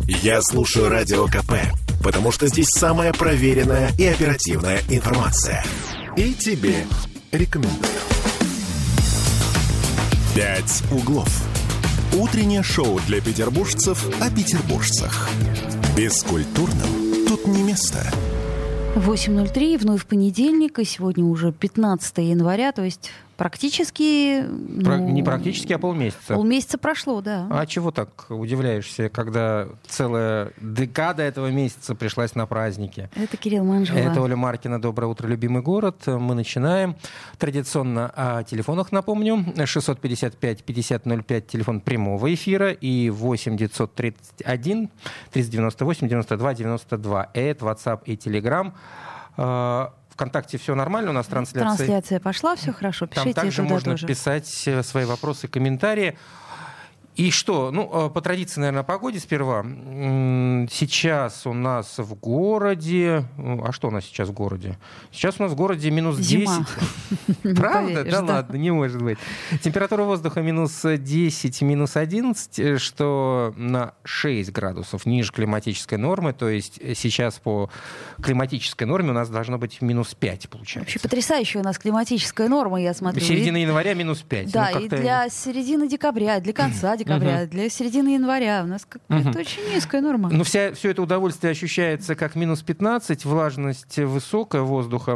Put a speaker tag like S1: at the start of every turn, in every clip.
S1: Я слушаю Радио КП, потому что здесь самая проверенная и оперативная информация. И тебе рекомендую. «Пять углов». Утреннее шоу для петербуржцев о петербуржцах. Бескультурным тут не место.
S2: 8:03, вновь понедельник, и сегодня уже 15 января, то есть практически...
S3: Не практически, а полмесяца.
S2: Полмесяца прошло, да.
S3: А чего так удивляешься, когда целая декада этого месяца пришлась на праздники?
S2: Это Кирилл Манжула.
S3: Это Оля Маркина. Доброе утро, любимый город. Мы начинаем. Традиционно о телефонах напомню. 655-5005, телефон прямого эфира, и 8-931-398-92-92. Это WhatsApp и Telegram. ВКонтакте все нормально, у нас трансляция.
S2: Трансляция пошла, все хорошо. Пишите
S3: там также
S2: туда
S3: можно
S2: тоже
S3: писать свои вопросы, комментарии. И что? Ну, по традиции, наверное, о погоде сперва. Сейчас у нас в городе... А что у нас сейчас в городе? Сейчас у нас в городе минус 10.
S2: Зима.
S3: Правда? Да ладно, не может быть. Температура воздуха минус 10, минус 11, что на 6 градусов ниже климатической нормы. То есть сейчас по климатической норме у нас должно быть минус 5, получается.
S2: Вообще потрясающая у нас климатическая норма, я смотрю.
S3: Середина января минус 5.
S2: Да, и для середины декабря, для конца декабря, для середины января у нас какая-то очень низкая норма.
S3: Ну, все это удовольствие ощущается как минус 15, влажность высокая воздуха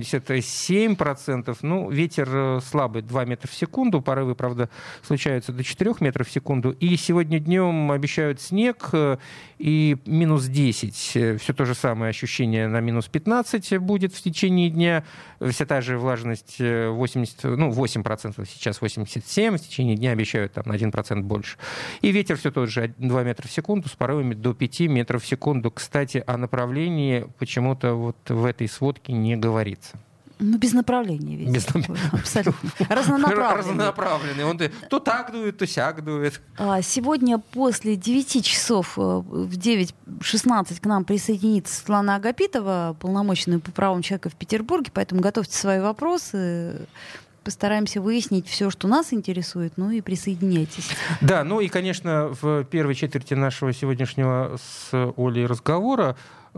S3: 87%, ну, ветер слабый 2 метра в секунду, порывы, правда, случаются до 4 метров в секунду, и сегодня днем обещают снег и минус 10, все то же самое ощущение на минус 15 будет в течение дня, вся та же влажность 8%, сейчас 87%, в течение дня обещают там на 1% больше. И ветер все тот же 2 метра в секунду с порывами до 5 метров в секунду. Кстати, о направлении почему-то вот в этой сводке не говорится.
S2: Ну, без направления весь. Абсолютно.
S3: Разнонаправленный. Он то так дует, то сяк дует.
S2: Сегодня после 9 часов в 9:16 к нам присоединится Светлана Агапитова, полномоченная по правам человека в Петербурге, поэтому готовьте свои вопросы. Постараемся выяснить все, что нас интересует, ну и присоединяйтесь.
S3: Да, ну и, конечно, в первой четверти нашего сегодняшнего с Олей разговора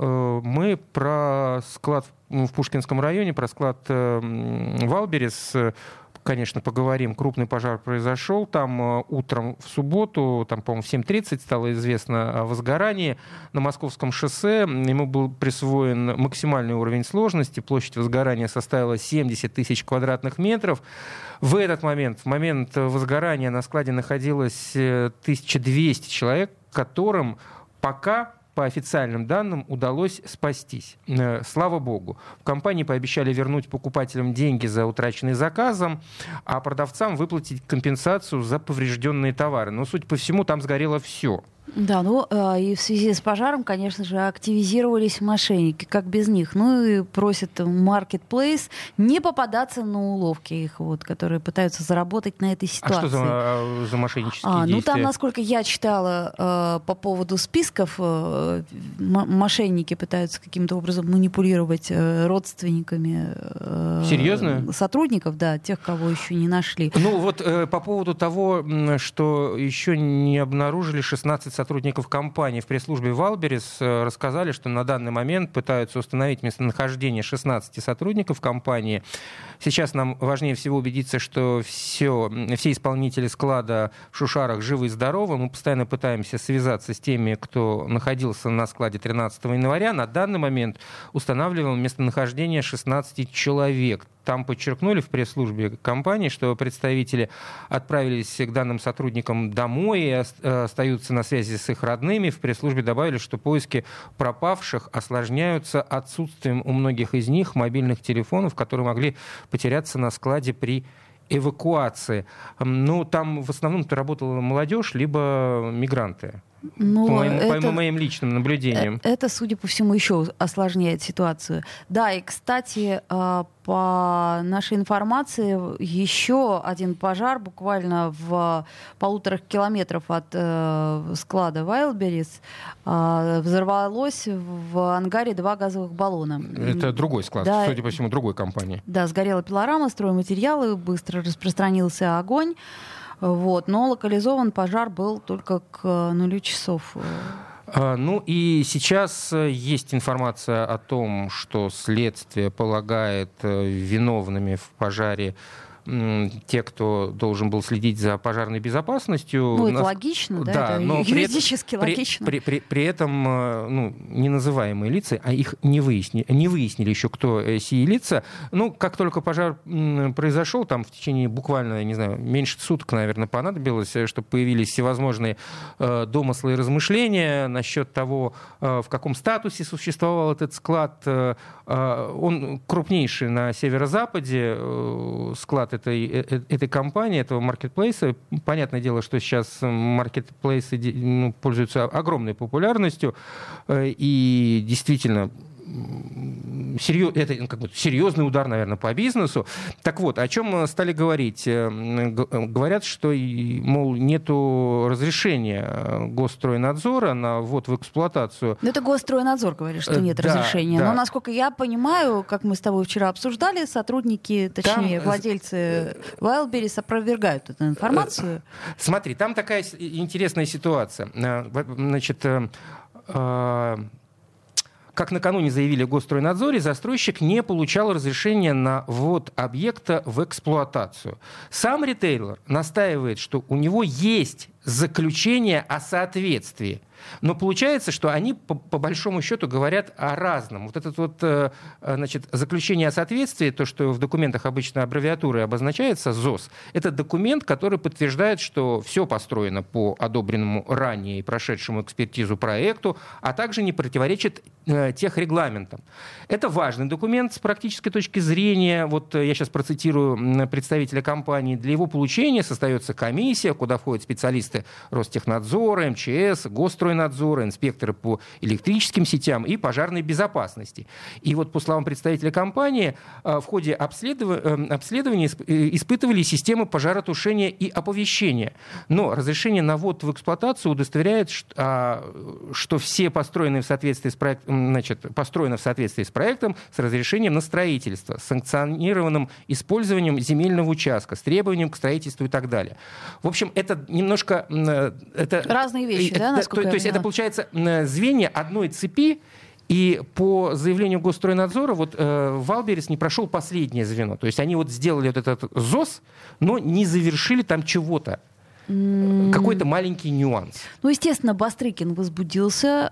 S3: мы про склад в Пушкинском районе, про склад Вайлберрис, конечно, поговорим. Крупный пожар произошел там утром в субботу, там, по-моему, в 7:30 стало известно о возгорании на Московском шоссе. Ему был присвоен максимальный уровень сложности. Площадь возгорания составила 70 тысяч квадратных метров. В этот момент, в момент возгорания на складе находилось 1200 человек, которым пока по официальным данным, удалось спастись. Слава богу. В компании пообещали вернуть покупателям деньги за утраченный заказом, а продавцам выплатить компенсацию за поврежденные товары. Но, судя по всему, там сгорело все.
S2: Да, ну и в связи с пожаром, конечно же, активизировались мошенники, как без них. Ну и просят Marketplace не попадаться на уловки их, вот, которые пытаются заработать на этой ситуации.
S3: А что за мошеннические действия?
S2: Ну там, насколько я читала по поводу списков, мошенники пытаются каким-то образом манипулировать родственниками
S3: Серьезно?
S2: Сотрудников, да, тех, кого еще не нашли.
S3: Ну вот по поводу того, что еще не обнаружили 16 сотрудников компании в пресс-службе Вайлберрис, рассказали, что на данный момент пытаются установить местонахождение 16 сотрудников компании. Сейчас нам важнее всего убедиться, что все исполнители склада в Шушарах живы и здоровы. Мы постоянно пытаемся связаться с теми, кто находился на складе 13 января. На данный момент устанавливаем местонахождение 16 человек. Там подчеркнули в пресс-службе компании, что представители отправились к данным сотрудникам домой и остаются на связи с их родными. В пресс-службе добавили, что поиски пропавших осложняются отсутствием у многих из них мобильных телефонов, которые могли потеряться на складе при эвакуации. Ну, там в основном работала молодежь, либо мигранты. По моим личным наблюдениям.
S2: Это, судя по всему, еще осложняет ситуацию. Да, и, кстати, по нашей информации, еще один пожар буквально в 1,5 километров от склада Вайлберрис взорвалось в ангаре 2 газовых баллона.
S3: Это другой склад, да, судя по всему, другой компании.
S2: Да, сгорела пилорама, стройматериалы, быстро распространился огонь. Вот. Но локализован пожар был только к 0 часов.
S3: Ну и сейчас есть информация о том, что следствие полагает виновными в пожаре те, кто должен был следить за пожарной безопасностью.
S2: Ну, это логично, да, это
S3: но
S2: юридически логично.
S3: При этом не называемые лица, а их не выяснили еще, кто сии лица. Ну, как только пожар произошел, там в течение буквально, я не знаю, меньше суток, наверное, понадобилось, чтобы появились всевозможные домыслы и размышления насчет того, в каком статусе существовал этот склад. Он крупнейший на северо-западе склад этой компании, этого маркетплейса. Понятное дело, что сейчас маркетплейсы пользуются огромной популярностью, и действительно это серьезный удар, наверное, по бизнесу. Так вот, о чем стали говорить? Говорят, что, мол, нету разрешения Госстройнадзора на ввод в эксплуатацию.
S2: Но это Госстройнадзор говорит, что нет разрешения.
S3: Да.
S2: Но, насколько я понимаю, как мы с тобой вчера обсуждали, сотрудники, точнее, владельцы Wildberries опровергают эту информацию.
S3: Смотри, там такая интересная ситуация. Значит, как накануне заявили в Госстройнадзоре, застройщик не получал разрешения на ввод объекта в эксплуатацию. Сам ритейлер настаивает, что у него есть заключение о соответствии. Но получается, что они по большому счету говорят о разном. Вот это заключение о соответствии, то, что в документах обычно аббревиатурой обозначается ЗОС, это документ, который подтверждает, что все построено по одобренному ранее и прошедшему экспертизу проекту, а также не противоречит техрегламентам. Это важный документ с практической точки зрения. Вот я сейчас процитирую представителя компании. Для его получения создается комиссия, куда входят специалисты Ростехнадзора, МЧС, Госстройнадзора, инспекторы по электрическим сетям и пожарной безопасности. И вот, по словам представителя компании, в ходе обследования испытывали системы пожаротушения и оповещения. Но разрешение на ввод в эксплуатацию удостоверяет, что все построено в соответствии с проектом, с разрешением на строительство, с санкционированным использованием земельного участка, с требованием к строительству и так далее. В общем, это немножко...
S2: разные вещи, да, насколько я поняла?
S3: То есть это, получается, звенья одной цепи, и по заявлению Госстройнадзора Wildberries не прошел последнее звено. То есть они сделали этот ЗОС, но не завершили там чего-то. Какой-то маленький нюанс.
S2: Ну, естественно, Бастрыкин возбудился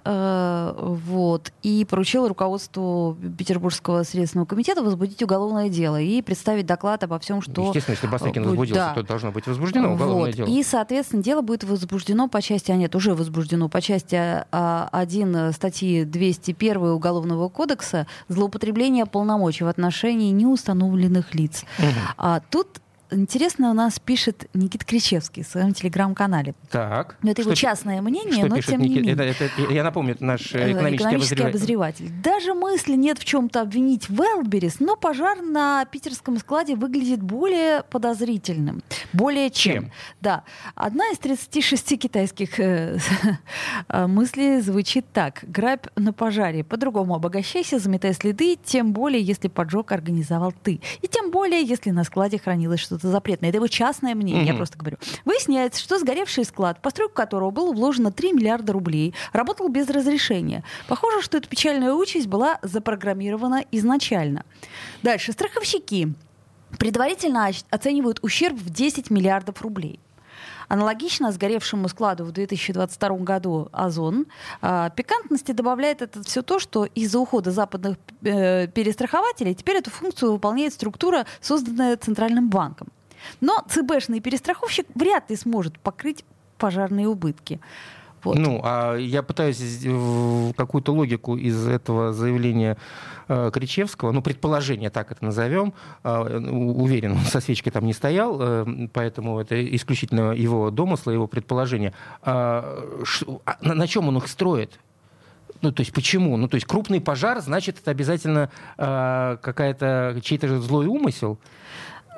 S2: и поручил руководству Петербургского следственного комитета возбудить уголовное дело и представить доклад обо всем, что...
S3: Естественно, если Бастрыкин возбудился, то должно быть возбуждено уголовное дело.
S2: И, соответственно, дело будет возбуждено по части... уже возбуждено по части 1 статьи 201 Уголовного кодекса «Злоупотребление полномочий в отношении неустановленных лиц». Тут интересно, у нас пишет Никита Кричевский в своем телеграм-канале.
S3: Так.
S2: Но это его частное мнение, но тем не менее.
S3: Я напомню, это наш экономический
S2: обозреватель. Даже мысли нет в чем-то обвинить Wildberries, но пожар на питерском складе выглядит более подозрительным. Более чем. Да. Одна из 36 китайских мыслей звучит так. Грабь на пожаре. По-другому обогащайся, заметай следы, тем более, если поджог организовал ты. И тем более, если на складе хранилось что-то запретное. Это его частное мнение, я просто говорю. Выясняется, что сгоревший склад, в постройку которого было вложено 3 миллиарда рублей, работал без разрешения. Похоже, что эта печальная участь была запрограммирована изначально. Дальше. Страховщики предварительно оценивают ущерб в 10 миллиардов рублей. Аналогично сгоревшему складу в 2022 году «Озон». Пикантности добавляет это все то, что из-за ухода западных перестрахователей теперь эту функцию выполняет структура, созданная Центральным банком. Но ЦБшный перестраховщик вряд ли сможет покрыть пожарные убытки. Вот.
S3: Я пытаюсь какую-то логику из этого заявления Кричевского, предположение, так это назовем, уверен, он со свечкой там не стоял, поэтому это исключительно его домысло, его предположение. На чем он их строит? То есть почему? То есть крупный пожар, значит, это обязательно чей-то же злой умысел?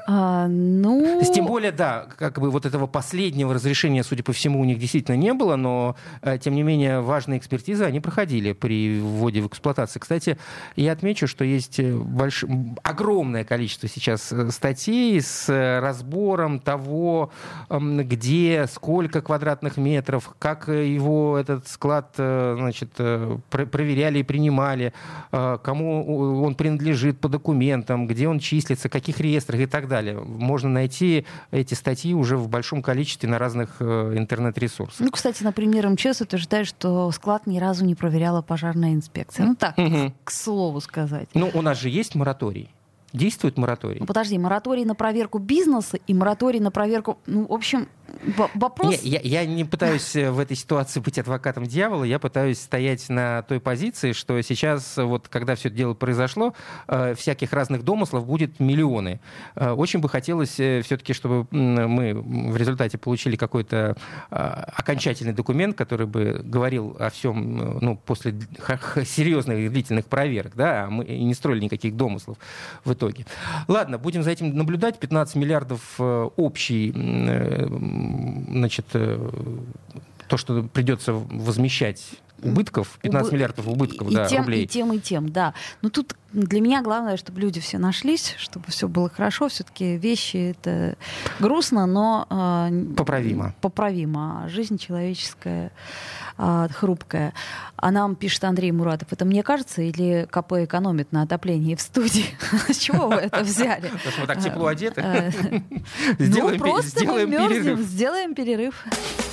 S3: То есть, тем более, да, как бы вот этого последнего разрешения, судя по всему, у них действительно не было, но, тем не менее, важные экспертизы они проходили при вводе в эксплуатацию. Кстати, я отмечу, что есть огромное количество сейчас статей с разбором того, где, сколько квадратных метров, как его этот склад, значит, проверяли и принимали, кому он принадлежит по документам, где он числится, в каких реестрах и так далее. Можно найти эти статьи уже в большом количестве на разных интернет-ресурсах.
S2: Ну, кстати, например, МЧС утверждает, что склад ни разу не проверяла пожарная инспекция. Ну так, к слову сказать.
S3: Ну, у нас же есть мораторий. Действует мораторий?
S2: Ну, подожди, мораторий на проверку бизнеса и мораторий на проверку... Ну, в общем, вопрос...
S3: Я не пытаюсь в этой ситуации быть адвокатом дьявола, я пытаюсь стоять на той позиции, что сейчас, вот когда все это дело произошло, всяких разных домыслов будет миллионы. Очень бы хотелось все-таки, чтобы мы в результате получили какой-то окончательный документ, который бы говорил о всем, ну, после серьезных и длительных проверок, да, а мы и не строили никаких домыслов в итоге. Ладно, будем за этим наблюдать. 15 миллиардов общий, значит, то, что придется возмещать убытков, 15 миллиардов убытков,
S2: и
S3: да,
S2: тем,
S3: рублей.
S2: И тем, да. Но тут для меня главное, чтобы люди все нашлись, чтобы все было хорошо. Все-таки вещи — это грустно, но...
S3: Поправимо.
S2: Поправимо. Жизнь человеческая хрупкая. А нам пишет Андрей Муратов: это мне кажется, или КП экономит на отоплении в студии? С чего вы это взяли?
S3: Потому что мы так тепло одеты.
S2: Ну, просто мы мерзнем, сделаем перерыв.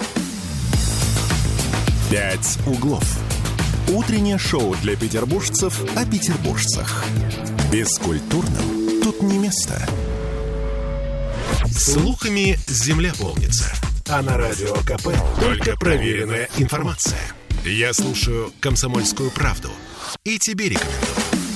S1: «Пять углов». Утреннее шоу для петербуржцев о петербуржцах. Бескультурным тут не место. Слухами земля полнится. А на Радио КП только проверенная информация. Я слушаю «Комсомольскую правду» и тебе рекомендую.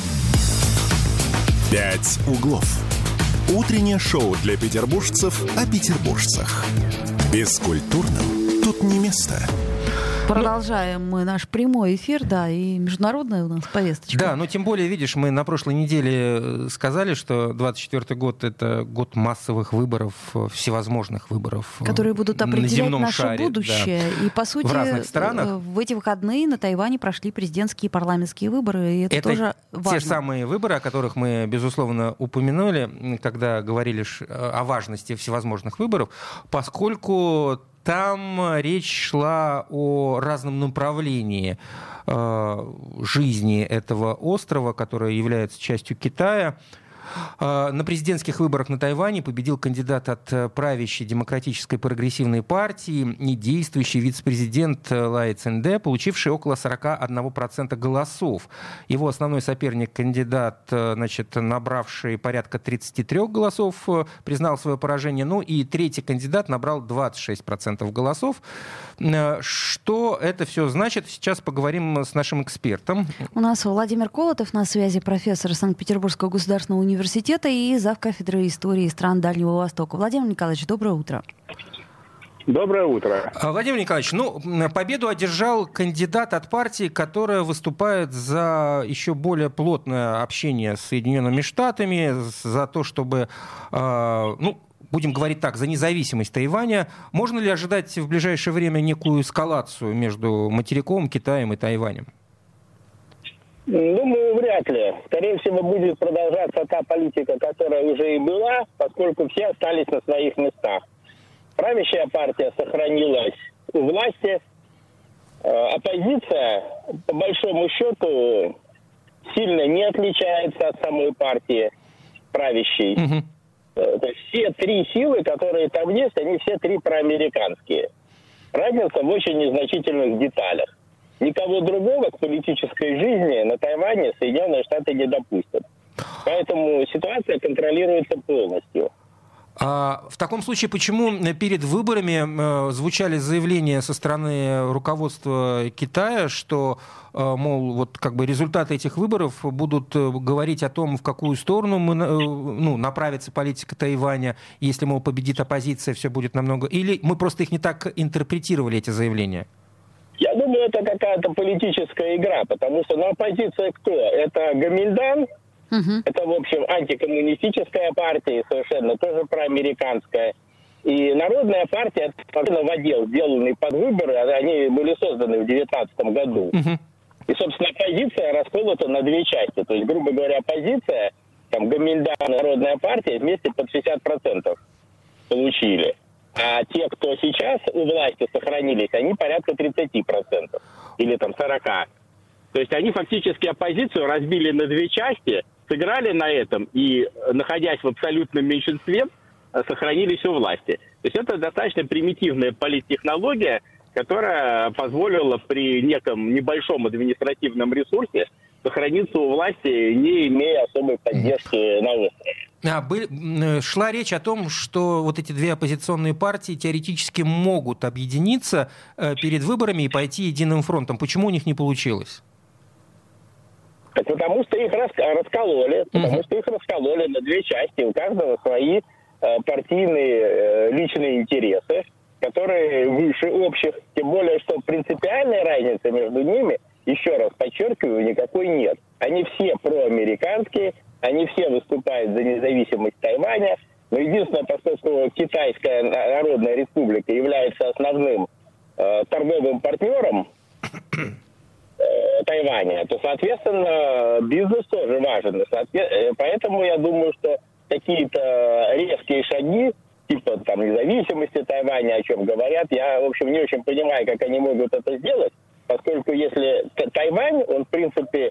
S1: «Пять углов». Утреннее шоу для петербуржцев о петербуржцах. Бескультурным тут не место.
S2: Продолжаем мы наш прямой эфир, да, и международная у нас повесточка.
S3: Да, но тем более, видишь, мы на прошлой неделе сказали, что 2024 год — это год массовых выборов, всевозможных выборов,
S2: которые будут определять наше
S3: шаре,
S2: будущее.
S3: Да.
S2: И, по сути,
S3: в разных странах.
S2: В эти выходные на Тайване прошли президентские и парламентские выборы, и это тоже важно.
S3: Те же самые выборы, о которых мы, безусловно, упомянули, когда говорили о важности всевозможных выборов, поскольку там речь шла о разном направлении жизни этого острова, которое является частью Китая. На президентских выборах на Тайване победил кандидат от правящей демократической прогрессивной партии и действующий вице-президент Лай Цзиньде, получивший около 41% голосов. Его основной соперник, кандидат, значит, набравший порядка 33 голосов, признал свое поражение. Ну и третий кандидат набрал 26% голосов. Что это все значит? Сейчас поговорим с нашим экспертом.
S2: У нас Владимир Колотов на связи, профессор Санкт-Петербургского государственного университета и завкафедры истории стран Дальнего Востока. Владимир Николаевич, доброе утро.
S4: Доброе утро.
S3: Владимир Николаевич, победу одержал кандидат от партии, которая выступает за еще более плотное общение с Соединенными Штатами, за то, чтобы, будем говорить так, за независимость Тайваня. Можно ли ожидать в ближайшее время некую эскалацию между материком, Китаем и Тайванем?
S4: Думаю, вряд ли. Скорее всего, будет продолжаться та политика, которая уже и была, поскольку все остались на своих местах. Правящая партия сохранилась у власти. Оппозиция, по большому счету, сильно не отличается от самой партии правящей. То есть все три силы, которые там есть, они все три проамериканские. Разница в очень незначительных деталях. Никого другого к политической жизни на Тайване Соединенные Штаты не допустят. Поэтому ситуация контролируется полностью.
S3: А в таком случае, почему перед выборами звучали заявления со стороны руководства Китая, что, мол, вот как бы результаты этих выборов будут говорить о том, в какую сторону направится политика Тайваня, если, мол, победит оппозиция, все будет намного... Или мы просто их не так интерпретировали, эти заявления?
S4: Я думаю, это какая-то политическая игра, потому что на оппозиция кто? Это Гамильдан, Это, в общем, антикоммунистическая партия, совершенно тоже проамериканская. И Народная партия, это новодел, сделанный под выборы, они были созданы в 2019 году. И, собственно, оппозиция расколота на две части. То есть, грубо говоря, оппозиция, там, Гоминьдан, Народная партия вместе под 60% получили. А те, кто сейчас у власти сохранились, они порядка 30%. Или там 40%. То есть они фактически оппозицию разбили на две части, сыграли на этом и, находясь в абсолютном меньшинстве, сохранились у власти. То есть это достаточно примитивная политтехнология, которая позволила при неком небольшом административном ресурсе сохраниться у власти, не имея особой поддержки на острове.
S3: Шла речь о том, что вот эти две оппозиционные партии теоретически могут объединиться перед выборами и пойти единым фронтом. Почему у них не получилось?
S4: Потому что их раскололи. Потому что их раскололи на две части. У каждого свои партийные личные интересы, которые выше общих. Тем более, что принципиальной разницы между ними, еще раз подчеркиваю, никакой нет. Они все проамериканские, они все выступают за независимость Тайваня. Но единственное, поскольку Китайская Народная Республика является основным торговым партнером Тайваня, то, соответственно, бизнес тоже важен. Поэтому я думаю, что какие-то резкие шаги, типа там независимости Тайваня, о чем говорят, я, в общем, не очень понимаю, как они могут это сделать, поскольку если Тайвань, он, в принципе,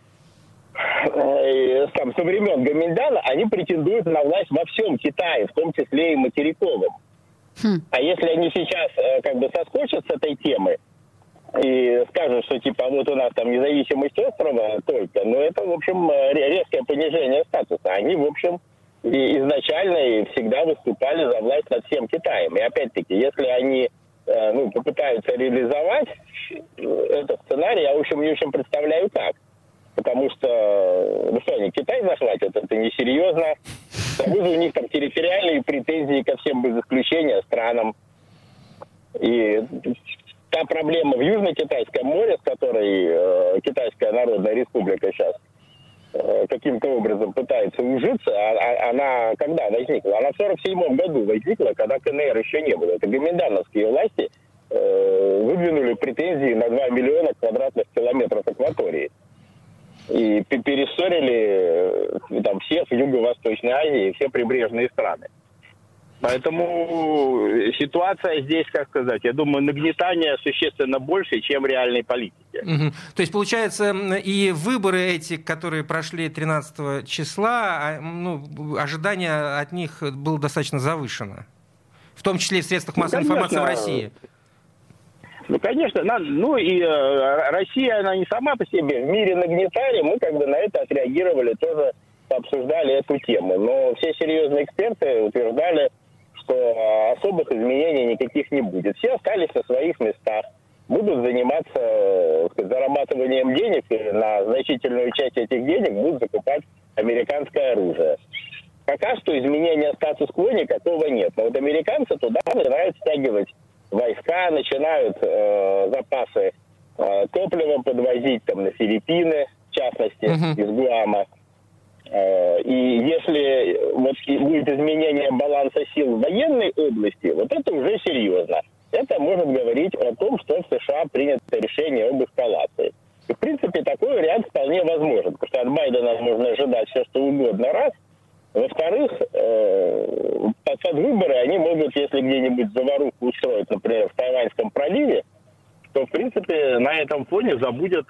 S4: там, со времен Гоминьдана, они претендуют на власть во всем Китае, в том числе и материковом. А если они сейчас как бы соскочат с этой темы и скажут, что типа вот у нас там независимость острова только, но это, в общем, резкое понижение статуса. Они, в общем, изначально и всегда выступали за власть над всем Китаем. И опять-таки, если они попытаются реализовать этот сценарий, я, в общем, не очень представляю как. Потому что, они Китай захватят, это несерьезно. К тому же у них там территориальные претензии ко всем без исключения странам. И та проблема в Южно-Китайском море, с которой Китайская Народная Республика сейчас каким-то образом пытается ужиться, она когда возникла? Она в 1947 году возникла, когда КНР еще не было. Это гоминьдановские власти выдвинули претензии на 2 миллиона квадратных километров акватории. И перессорили там всех в Юго-Восточной Азии, все прибрежные страны. Поэтому ситуация здесь, как сказать, я думаю, нагнетания существенно больше, чем реальной политики.
S3: То есть, получается, и выборы эти, которые прошли 13 числа, ожидание от них было достаточно завышено. В том числе и в средствах массовой информации в России.
S4: Конечно, и Россия, она не сама по себе. В мире нагнетали, мы как бы на это отреагировали, тоже обсуждали эту тему. Но все серьезные эксперты утверждали, что особых изменений никаких не будет. Все остались на своих местах, будут заниматься зарабатыванием денег, и на значительную часть этих денег будут закупать американское оружие. Пока что изменения статус-кво никакого нет. Но вот американцы туда начинают стягивать войска, начинают запасы топлива подвозить там, на Филиппины, в частности, из Гуама. И если будет изменение баланса сил в военной области, вот это уже серьезно. Это может говорить о том, что в США принято решение об эскалации. И, в принципе, такой вариант вполне возможен, потому что от Байдена можно ожидать все, что угодно, раз. Во-вторых, под выборы они могут, если где-нибудь заваруху устроить, например, в Тайваньском проливе, то, в принципе, на этом фоне забудут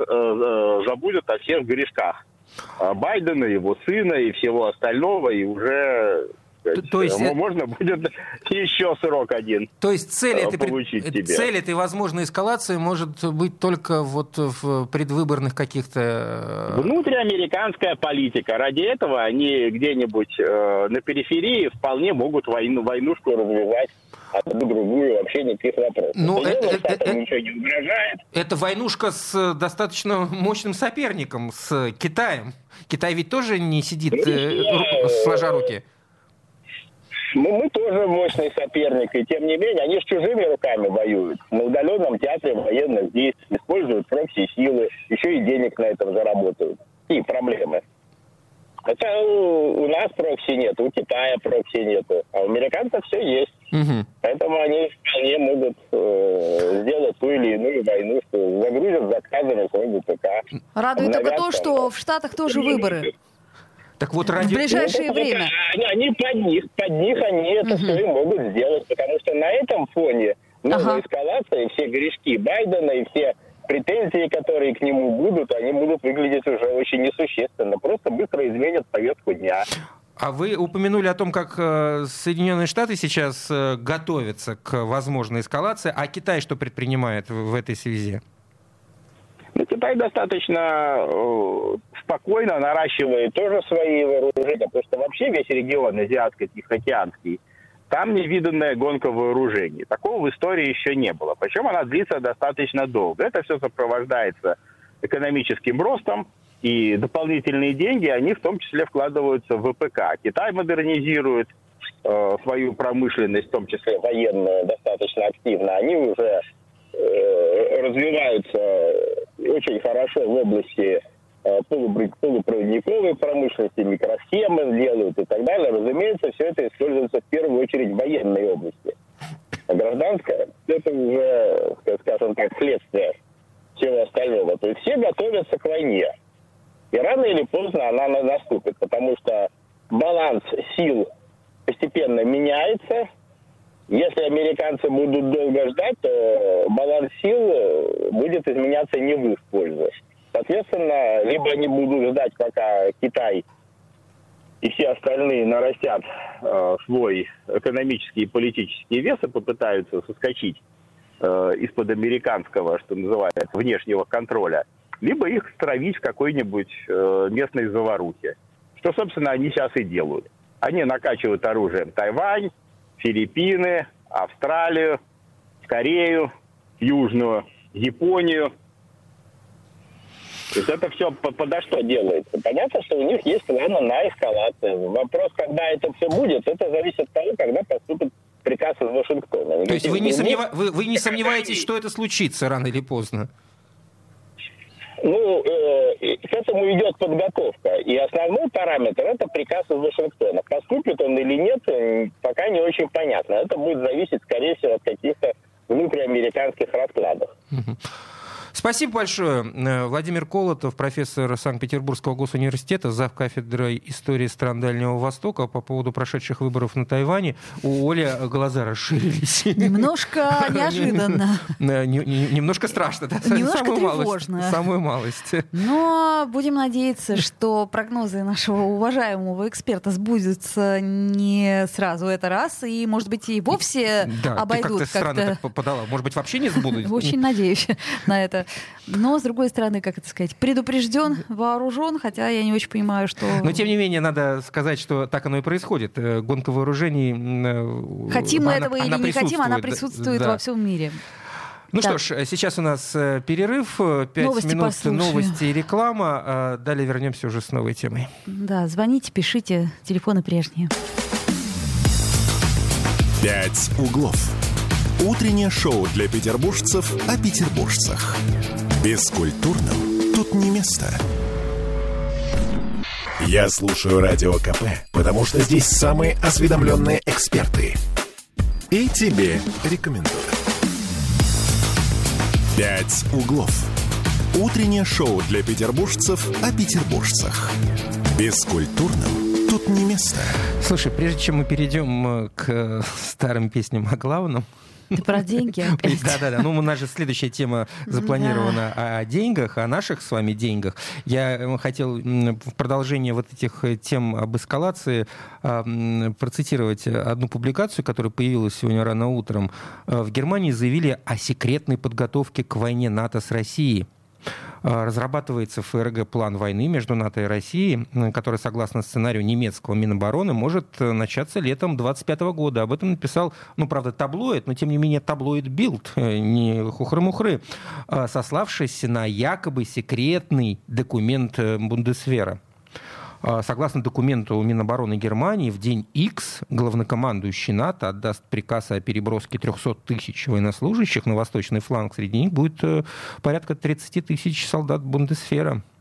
S4: о всех грешках Байдена, его сына и всего остального, и уже можно будет еще срок один.
S3: То есть цель этой возможной эскалации может быть только вот в предвыборных каких-то...
S4: Внутриамериканская политика. Ради этого они где-нибудь на периферии вполне могут войнушку развивать, а другую вообще никаких вопросов. Ничего не угрожает.
S3: Это войнушка с достаточно мощным соперником, с Китаем. Китай ведь тоже не сидит сложа руки.
S4: Мы тоже мощный соперник, и тем не менее, они с чужими руками воюют. На удаленном театре военных действий используют прокси-силы, еще и денег на этом заработают. И проблемы. у нас прокси нет, у Китая прокси нету, а у американцев все есть. Угу. Поэтому они вполне могут сделать ту или иную войну, что загрузят заказами свой ВПК.
S2: Радует только то, что в Штатах тоже выборы.
S3: Так вот,
S2: в ближайшее время.
S4: Они под них они это все и могут сделать, потому что на этом фоне новая эскалация, все грешки Байдена и все претензии, которые к нему будут, они будут выглядеть уже очень несущественно. Просто быстро изменят повестку дня.
S3: А вы упомянули о том, как Соединенные Штаты сейчас готовятся к возможной эскалации, а Китай что предпринимает в этой связи?
S4: Китай достаточно спокойно наращивает тоже свои вооружения, потому что вообще весь регион Азиатско-Тихоокеанский, там невиданная гонка вооружений. Такого в истории еще не было. Причем она длится достаточно долго. Это все сопровождается экономическим ростом, и дополнительные деньги, они в том числе вкладываются в ВПК. Китай модернизирует свою промышленность, в том числе военную, достаточно активно. Они уже развиваются очень хорошо в области полупроводниковой промышленности, микросхемы делают и так далее. Разумеется, все это используется в первую очередь в военной области. А гражданская – это уже, скажем так, следствие всего остального. То есть все готовятся к войне. И рано или поздно она наступит, потому что баланс сил постепенно меняется. Если американцы будут долго ждать, то баланс сил будет изменяться не в их пользу. Соответственно, либо они будут ждать, пока Китай и все остальные нарастят свой экономический и политический вес и попытаются соскочить из-под американского, что называется, внешнего контроля, либо их стравить в какой-нибудь местной заварухе. Что, собственно, они сейчас и делают. Они накачивают оружием Тайвань, Филиппины, Австралию, Корею, Южную, Японию. То есть это все подо что делается? Понятно, что у них есть планы на эскалацию. Вопрос, когда это все будет, это зависит от того, когда поступит приказ из Вашингтона.
S3: То есть вы не сомневаетесь, что это случится рано или поздно?
S4: К этому идет подготовка. И основной параметр – это приказ из Вашингтона. Поступит он или нет, пока не очень понятно. Это будет зависеть, скорее всего, от каких-то внутриамериканских раскладов.
S3: Спасибо большое. Владимир Колотов, профессор Санкт-Петербургского госуниверситета, завкафедрой истории стран Дальнего Востока. По поводу прошедших выборов на Тайване у Оли глаза расширились.
S2: Немножко неожиданно.
S3: Немножко страшно.
S2: Немножко тревожно.
S3: Самую малость.
S2: Но будем надеяться, что прогнозы нашего уважаемого эксперта сбудутся не сразу это раз, и, может быть, и вовсе обойдут.
S3: Ты как-то странно так подала. Может быть, вообще не сбудутся?
S2: Очень надеюсь на это. Но, с другой стороны, как это сказать, предупрежден, вооружен, хотя я не очень понимаю, что...
S3: Но, тем не менее, надо сказать, что так оно и происходит. Гонка вооружений...
S2: Хотим мы этого или не хотим, она присутствует во всем мире.
S3: Ну что ж, сейчас у нас перерыв, 5 минут новости и реклама. Далее вернемся уже с новой темой.
S2: Да, звоните, пишите, телефоны прежние.
S1: «Пять углов». Утреннее шоу для петербуржцев о петербуржцах. Бескультурным тут не место. Я слушаю Радио КП, потому что здесь самые осведомленные эксперты. И тебе рекомендую. «Пять углов». Утреннее шоу для петербуржцев о петербуржцах. Бескультурным тут не место.
S3: Слушай, прежде чем мы перейдем к старым песням о главном...
S2: Ты про деньги опять?
S3: Да. Ну, у нас же следующая тема запланирована о деньгах, о наших с вами деньгах. Я хотел в продолжение вот этих тем об эскалации процитировать одну публикацию, которая появилась сегодня рано утром. В Германии заявили о секретной подготовке к войне НАТО с Россией. Разрабатывается в ФРГ план войны между НАТО и Россией, который, согласно сценарию немецкого Минобороны, может начаться летом 2025 года. Об этом написал, правда, таблоид, но, тем не менее, таблоид Bild, не хухры-мухры, сославшись на якобы секретный документ Бундесвера. Согласно документу Минобороны Германии, в день X главнокомандующий НАТО отдаст приказ о переброске 300 тысяч военнослужащих на восточный фланг. Среди них будет порядка 30 тысяч солдат Бундесвера.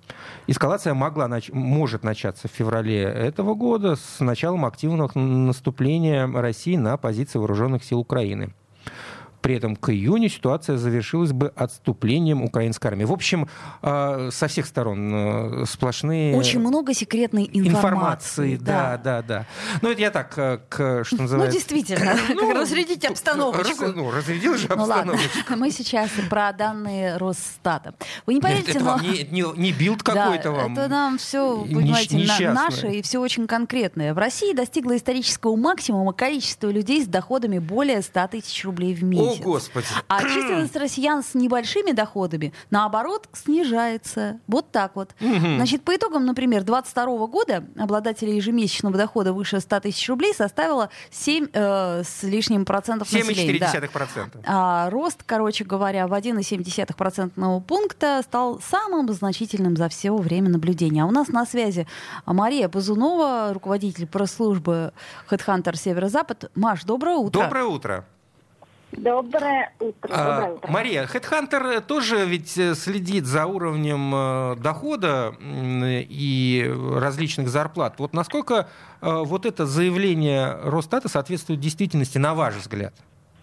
S3: Эскалация может начаться в феврале этого года с началом активного наступления России на позиции вооруженных сил Украины. При этом к июню ситуация завершилась бы отступлением украинской армии. В общем, со всех сторон сплошные...
S2: Очень много секретной информации.
S3: Да. Ну, это я так, что называется...
S2: Ну, действительно, как разрядить обстановочку.
S3: Разрядил же обстановочку.
S2: Ладно, мы сейчас про данные Росстата. Вы не поверите,
S3: это
S2: но...
S3: вам не билд какой-то вам.
S2: Это нам все, понимаете, наше и все очень конкретное. В России достигло исторического максимума количество людей с доходами более 100 тысяч рублей в месяц.
S3: О, Господи.
S2: А численность россиян с небольшими доходами, наоборот, снижается. Вот так вот. Значит, по итогам, например, 2022 года обладателей ежемесячного дохода выше 100 тысяч рублей составило 7 с лишним процентов населения.
S3: 7,4%.
S2: А рост, короче говоря, в 1,7% пункта стал самым значительным за все время наблюдения. А у нас на связи Мария Базунова, руководитель пресс-службы HeadHunter Северо-Запад. Маш, доброе утро.
S3: Доброе утро.
S5: Доброе утро.
S3: Мария, HeadHunter тоже ведь следит за уровнем дохода и различных зарплат. Вот насколько вот это заявление Росстата соответствует действительности, на ваш взгляд?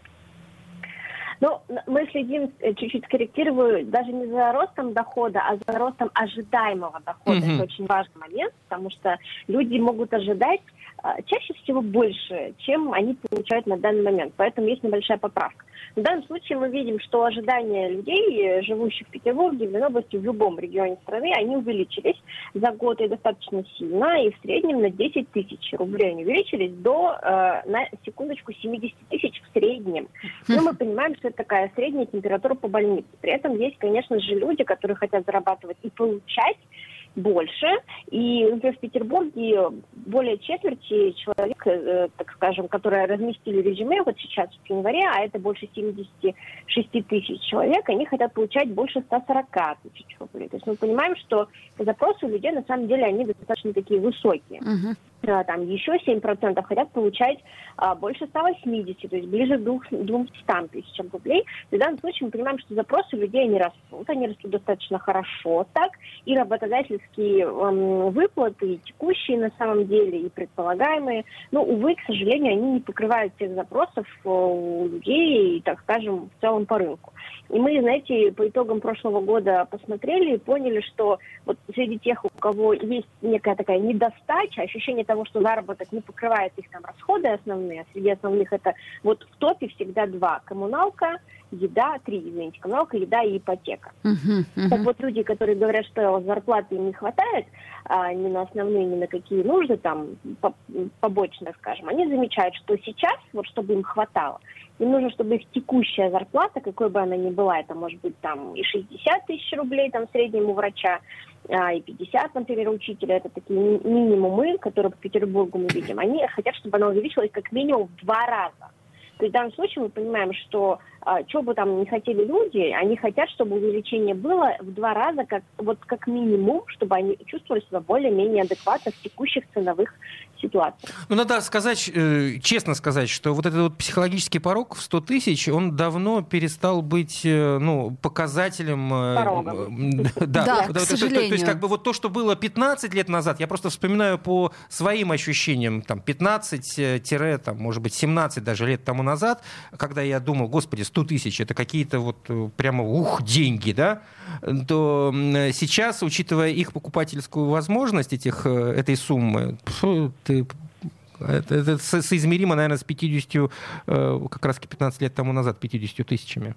S5: Ну, мы следим, чуть-чуть скорректирую, даже не за ростом дохода, а за ростом ожидаемого дохода. Это очень важный момент, потому что люди могут ожидать чаще всего больше, чем они получают на данный момент. Поэтому есть небольшая поправка. В данном случае мы видим, что ожидания людей, живущих в Петербурге, в Ленобласти, в любом регионе страны, они увеличились за год и достаточно сильно, и в среднем на 10 тысяч рублей они увеличились до, на секундочку, 70 тысяч в среднем. Но мы понимаем, что это такая средняя температура по больнице. При этом есть, конечно же, люди, которые хотят зарабатывать и получать больше. И, например, в Петербурге более четверти человек, так скажем, которые разместили резюме вот сейчас в январе, а это больше 76 тысяч человек, они хотят получать больше 140 тысяч рублей. То есть мы понимаем, что запросы у людей, на самом деле, они достаточно такие высокие. Там еще 7% хотят получать больше 180, то есть ближе к 200 тысячам рублей. И в данном случае мы понимаем, что запросы у людей, они растут достаточно хорошо так, и работодательские выплаты, и текущие на самом деле, и предполагаемые, но, увы, к сожалению, они не покрывают тех запросов у людей, и, так скажем, в целом по рынку. И мы, знаете, по итогам прошлого года посмотрели и поняли, что вот среди тех, у кого есть некая такая недостача, ощущение того, что заработок не покрывает их там расходы основные, а среди основных это вот в топе всегда два: коммуналка, еда, коммуналка, еда и ипотека. Так вот, люди, которые говорят, что зарплаты им не хватает, ни на основные, ни на какие нужды, там, побочные, скажем, они замечают, что сейчас, вот чтобы им хватало, им нужно, чтобы их текущая зарплата, какой бы она ни была, это может быть там и 60 тысяч рублей там в среднем у врача, и 50, например, учителя, это такие минимумы, которые по Петербургу мы видим, они хотят, чтобы она увеличилась как минимум в 2 раза. То есть в данном случае мы понимаем, что что бы там ни хотели люди, они хотят, чтобы увеличение было в 2 раза, как минимум, чтобы они чувствовали себя более-менее адекватно в текущих ценовых ситуациях.
S3: Ну, надо сказать, честно сказать, что вот этот вот психологический порог в 100 тысяч, он давно перестал быть, показателем...
S5: Порогом.
S2: Да, к сожалению.
S3: То есть, как бы вот то, что было 15 лет назад, я просто вспоминаю по своим ощущениям, там, 15, может быть, 17 даже лет тому назад, когда я думал, господи, 100 тысяч, это какие-то вот прямо, деньги, да, то сейчас, учитывая их покупательскую возможность, этой суммы, это соизмеримо, наверное, с 50, как раз 15 лет тому назад, 50 тысячами.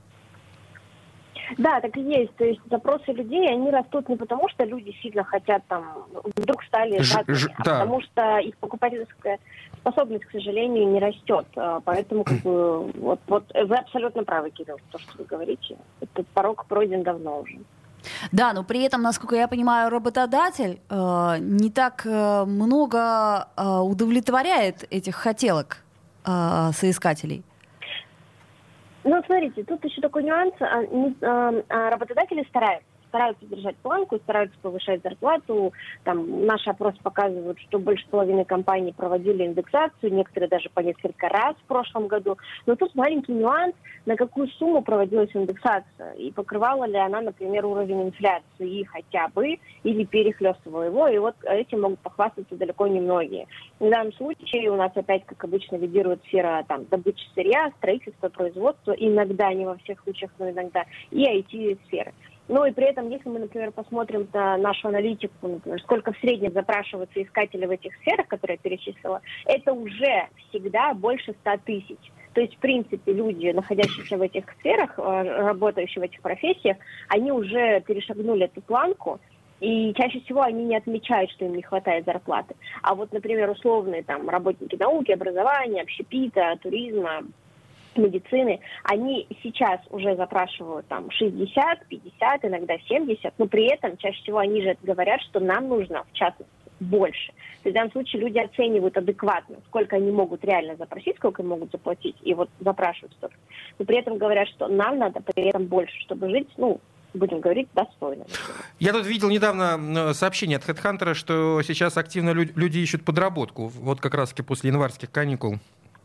S5: Да, так и есть. То есть запросы людей, они растут не потому, что люди сильно хотят там, вдруг стали жадными, потому что их покупательская способность, к сожалению, не растет. Поэтому вот вы абсолютно правы, Кирилл, то, что вы говорите. Этот порог пройден давно уже.
S2: Да, но при этом, насколько я понимаю, работодатель не так много удовлетворяет этих хотелок соискателей. Ну,
S5: смотрите, тут еще такой нюанс. Работодатели стараются. стараются держать планку, стараются повышать зарплату. Там наши опросы показывают, что больше половины компаний проводили индексацию, некоторые даже по несколько раз в прошлом году. Но тут маленький нюанс, на какую сумму проводилась индексация и покрывала ли она, например, уровень инфляции хотя бы или перехлестывала его. И вот этим могут похвастаться далеко не многие. В данном случае у нас опять, как обычно, лидирует сфера там, добычи сырья, строительства, производства, иногда, не во всех случаях, но иногда, и IT-сферы. Ну и при этом, если мы, например, посмотрим на нашу аналитику, например, сколько в среднем запрашиваются искатели в этих сферах, которые я перечислила, это уже всегда больше 100 тысяч. То есть, в принципе, люди, находящиеся в этих сферах, работающие в этих профессиях, они уже перешагнули эту планку, и чаще всего они не отмечают, что им не хватает зарплаты. А вот, например, условные там работники науки, образования, общепита, туризма, медицины, они сейчас уже запрашивают там 60, 50, иногда 70, но при этом чаще всего они же говорят, что нам нужно, в частности, больше. То есть в данном случае люди оценивают адекватно, сколько они могут реально запросить, сколько им могут заплатить, и вот запрашивают столько. Но при этом говорят, что нам надо при этом больше, чтобы жить, будем говорить, достойно.
S3: Я тут видел недавно сообщение от HeadHunter, что сейчас активно люди ищут подработку, вот как раз-таки после январских каникул.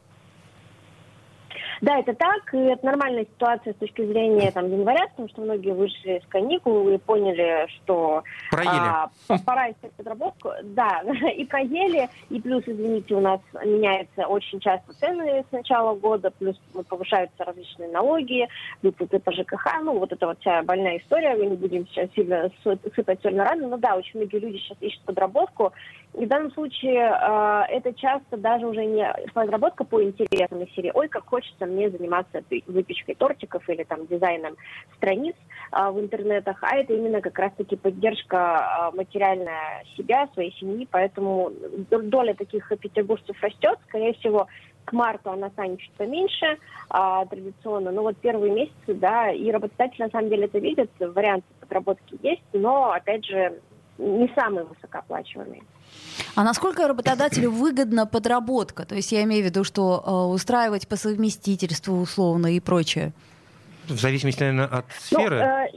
S5: Да, это так, и это нормальная ситуация с точки зрения января, потому что многие вышли с каникул и поняли, что пора искать подработку. Да, и проели, и плюс, извините, у нас меняются очень часто цены с начала года, плюс повышаются различные налоги, выплаты по ЖКХ, вот это вот вся больная история, мы не будем сейчас сильно сыпать соль на рану, но да, очень многие люди сейчас ищут подработку, и в данном случае это часто даже уже не подработка по интересам из серии «Ой, как хочется мне заниматься выпечкой тортиков или дизайном страниц в интернетах», а это именно как раз-таки поддержка материальная себя, своей семьи, поэтому доля таких петербуржцев растет, скорее всего, к марту она станет чуть поменьше традиционно, но вот первые месяцы, да, и работодатели на самом деле это видят, варианты подработки есть, но, опять же, не самые высокооплачиваемые.
S2: А насколько работодателю выгодна подработка? То есть я имею в виду, что устраивать по совместительству условно и прочее.
S3: В зависимости, наверное, от сферы?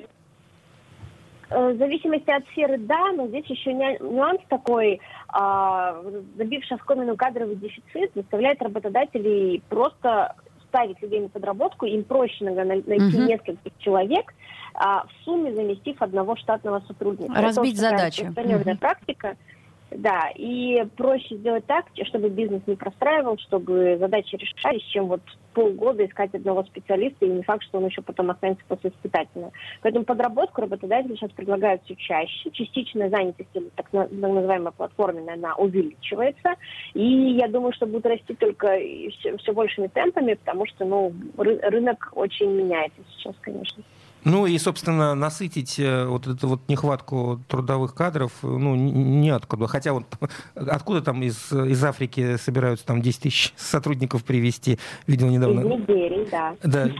S5: В зависимости от сферы, да, но здесь еще нюанс такой. Забивший оскомину кадровый дефицит заставляет работодателей просто ставить людей на подработку. Им проще найти нескольких человек, в сумме заместив одного штатного сотрудника.
S2: Разбить задачи.
S5: Это практика. Да, и проще сделать так, чтобы бизнес не простраивал, чтобы задачи решались, чем полгода искать одного специалиста, и не факт, что он еще потом останется после испытательного. Поэтому подработку работодатели сейчас предлагают все чаще. Частичная занятость, или так называемая платформенная, она увеличивается. И я думаю, что будет расти только все большими темпами, потому что рынок очень меняется сейчас, конечно.
S3: И, собственно, насытить вот эту нехватку трудовых кадров, неоткуда. Хотя откуда там из Африки собираются 10 тысяч сотрудников привезти? Видел недавно.
S5: Из Нигерии, да.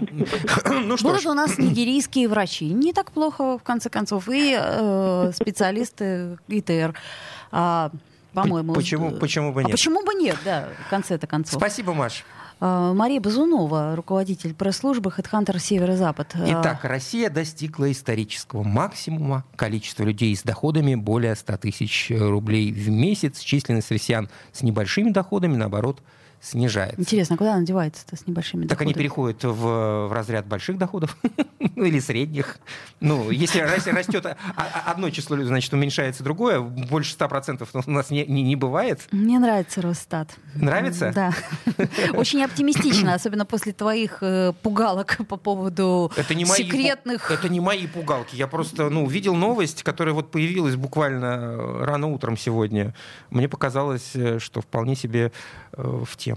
S2: Будут у нас нигерийские врачи. Не так плохо, в конце концов. И специалисты ИТР. По-моему.
S3: Почему бы нет?
S2: А почему бы нет, да, в конце-то концов.
S3: Спасибо, Маш.
S2: Мария Базунова, руководитель пресс-службы HeadHunter Северо-Запад.
S3: Итак, Россия достигла исторического максимума. Количество людей с доходами более 100 тысяч рублей в месяц. Численность россиян с небольшими доходами, наоборот, снижается.
S2: Интересно, куда она девается-то с небольшими доходами?
S3: Так они переходят в разряд больших доходов или средних. Если растет одно число, значит, уменьшается другое. Больше 100% у нас не бывает.
S2: Мне нравится Росстат.
S3: Нравится?
S2: Да. Очень оптимистично, особенно после твоих пугалок по поводу секретных...
S3: Это не мои пугалки. Я просто видел новость, которая появилась буквально рано утром сегодня. Мне показалось, что вполне себе в тему.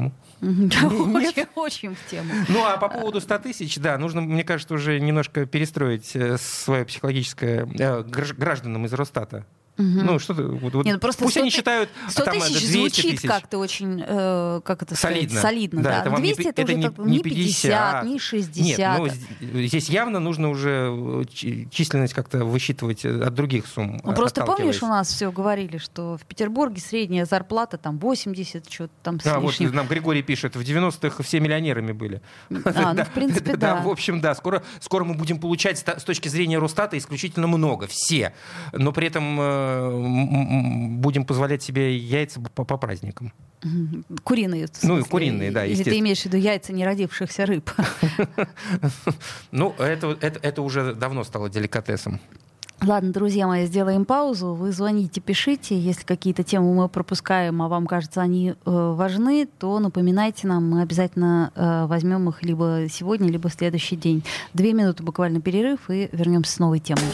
S2: Очень в тему.
S3: А по поводу 100 тысяч, да, нужно, мне кажется, уже немножко перестроить свое психологическое гражданам из Росстата. Ну, что-то... Вот,
S2: Нет, просто
S3: пусть они считают...
S2: 100 тысяч звучит как-то очень, как это сказать, солидно. Да. 200 это уже не 50, не 60.
S3: Нет, здесь явно нужно уже численность как-то высчитывать от других сумм.
S2: Просто помнишь, у нас все говорили, что в Петербурге средняя зарплата там 80, что-то там с лишним.
S3: Вот нам Григорий пишет, в 90-х все миллионерами были.
S2: В принципе, да.
S3: В общем, да, скоро мы будем получать с точки зрения Росстата исключительно много, все. Но при этом будем позволять себе яйца по праздникам.
S2: Куриные.
S3: Ну, и куриные, да,
S2: естественно. Или ты имеешь в виду яйца неродившихся рыб?
S3: Ну, это уже давно стало деликатесом.
S2: Ладно, друзья мои, сделаем паузу. Вы звоните, пишите. Если какие-то темы мы пропускаем, а вам кажется, они важны, то напоминайте нам. Мы обязательно возьмем их либо сегодня, либо в следующий день. 2 минуты буквально перерыв, и вернемся с новой темой.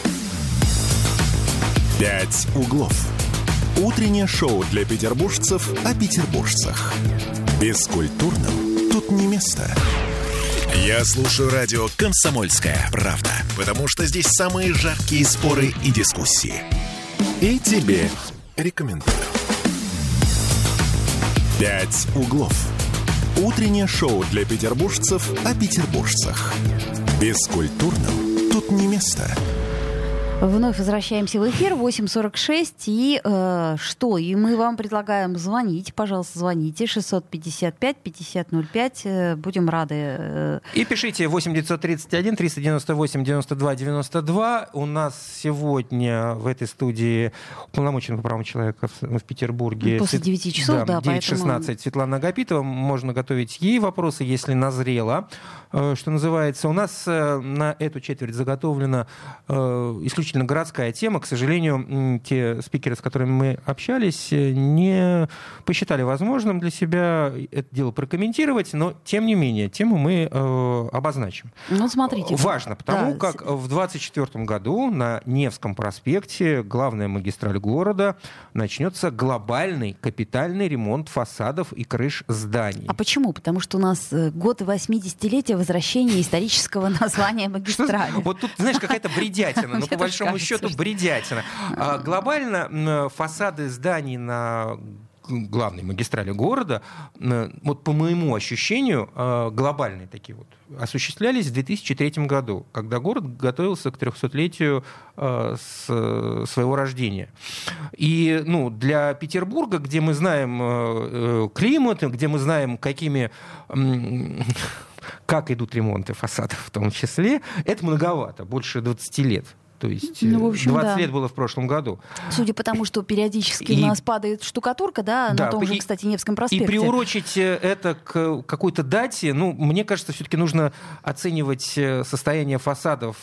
S1: «Пять углов». Утреннее шоу для петербуржцев о петербуржцах. Бескультурным тут не место. Я слушаю радио «Комсомольская правда», потому что здесь самые жаркие споры и дискуссии. И тебе рекомендую. «Пять углов». Утреннее шоу для петербуржцев о петербуржцах. Бескультурным тут не место.
S2: Вновь возвращаемся в эфир, 8:46, и что? И мы вам предлагаем звонить, пожалуйста, звоните, 655-5005, будем рады.
S3: И пишите 8-931-398-92-92. У нас сегодня в этой студии уполномоченный по правам человека в Петербурге.
S2: После 9 часов, да,
S3: 9:16 поэтому... Светлана Агапитова. Можно готовить ей вопросы, если назрело, что называется. У нас на эту четверть заготовлена исключительно городская тема. К сожалению, те спикеры, с которыми мы общались, не посчитали возможным для себя это дело прокомментировать, но, тем не менее, тему мы обозначим.
S2: Ну, смотрите.
S3: Важно, потому как в 2024 году на Невском проспекте, главная магистраль города, начнется глобальный капитальный ремонт фасадов и крыш зданий.
S2: А почему? Потому что у нас год 80-летия возвращения исторического названия магистрали.
S3: Вот тут, знаешь, какая-то бредятина. Но по большому счету бредятина. Глобально фасады зданий на главной магистрали города, вот по моему ощущению, глобальные такие вот, осуществлялись в 2003 году, когда город готовился к 300-летию своего рождения. И для Петербурга, где мы знаем климат, где мы знаем, как идут ремонты фасадов в том числе, это многовато, больше 20 лет. То есть 20 лет было в прошлом году.
S2: Судя по тому, что периодически у нас падает штукатурка, на том же, кстати, Невском проспекте.
S3: И приурочить это к какой-то дате, мне кажется, все-таки нужно оценивать состояние фасадов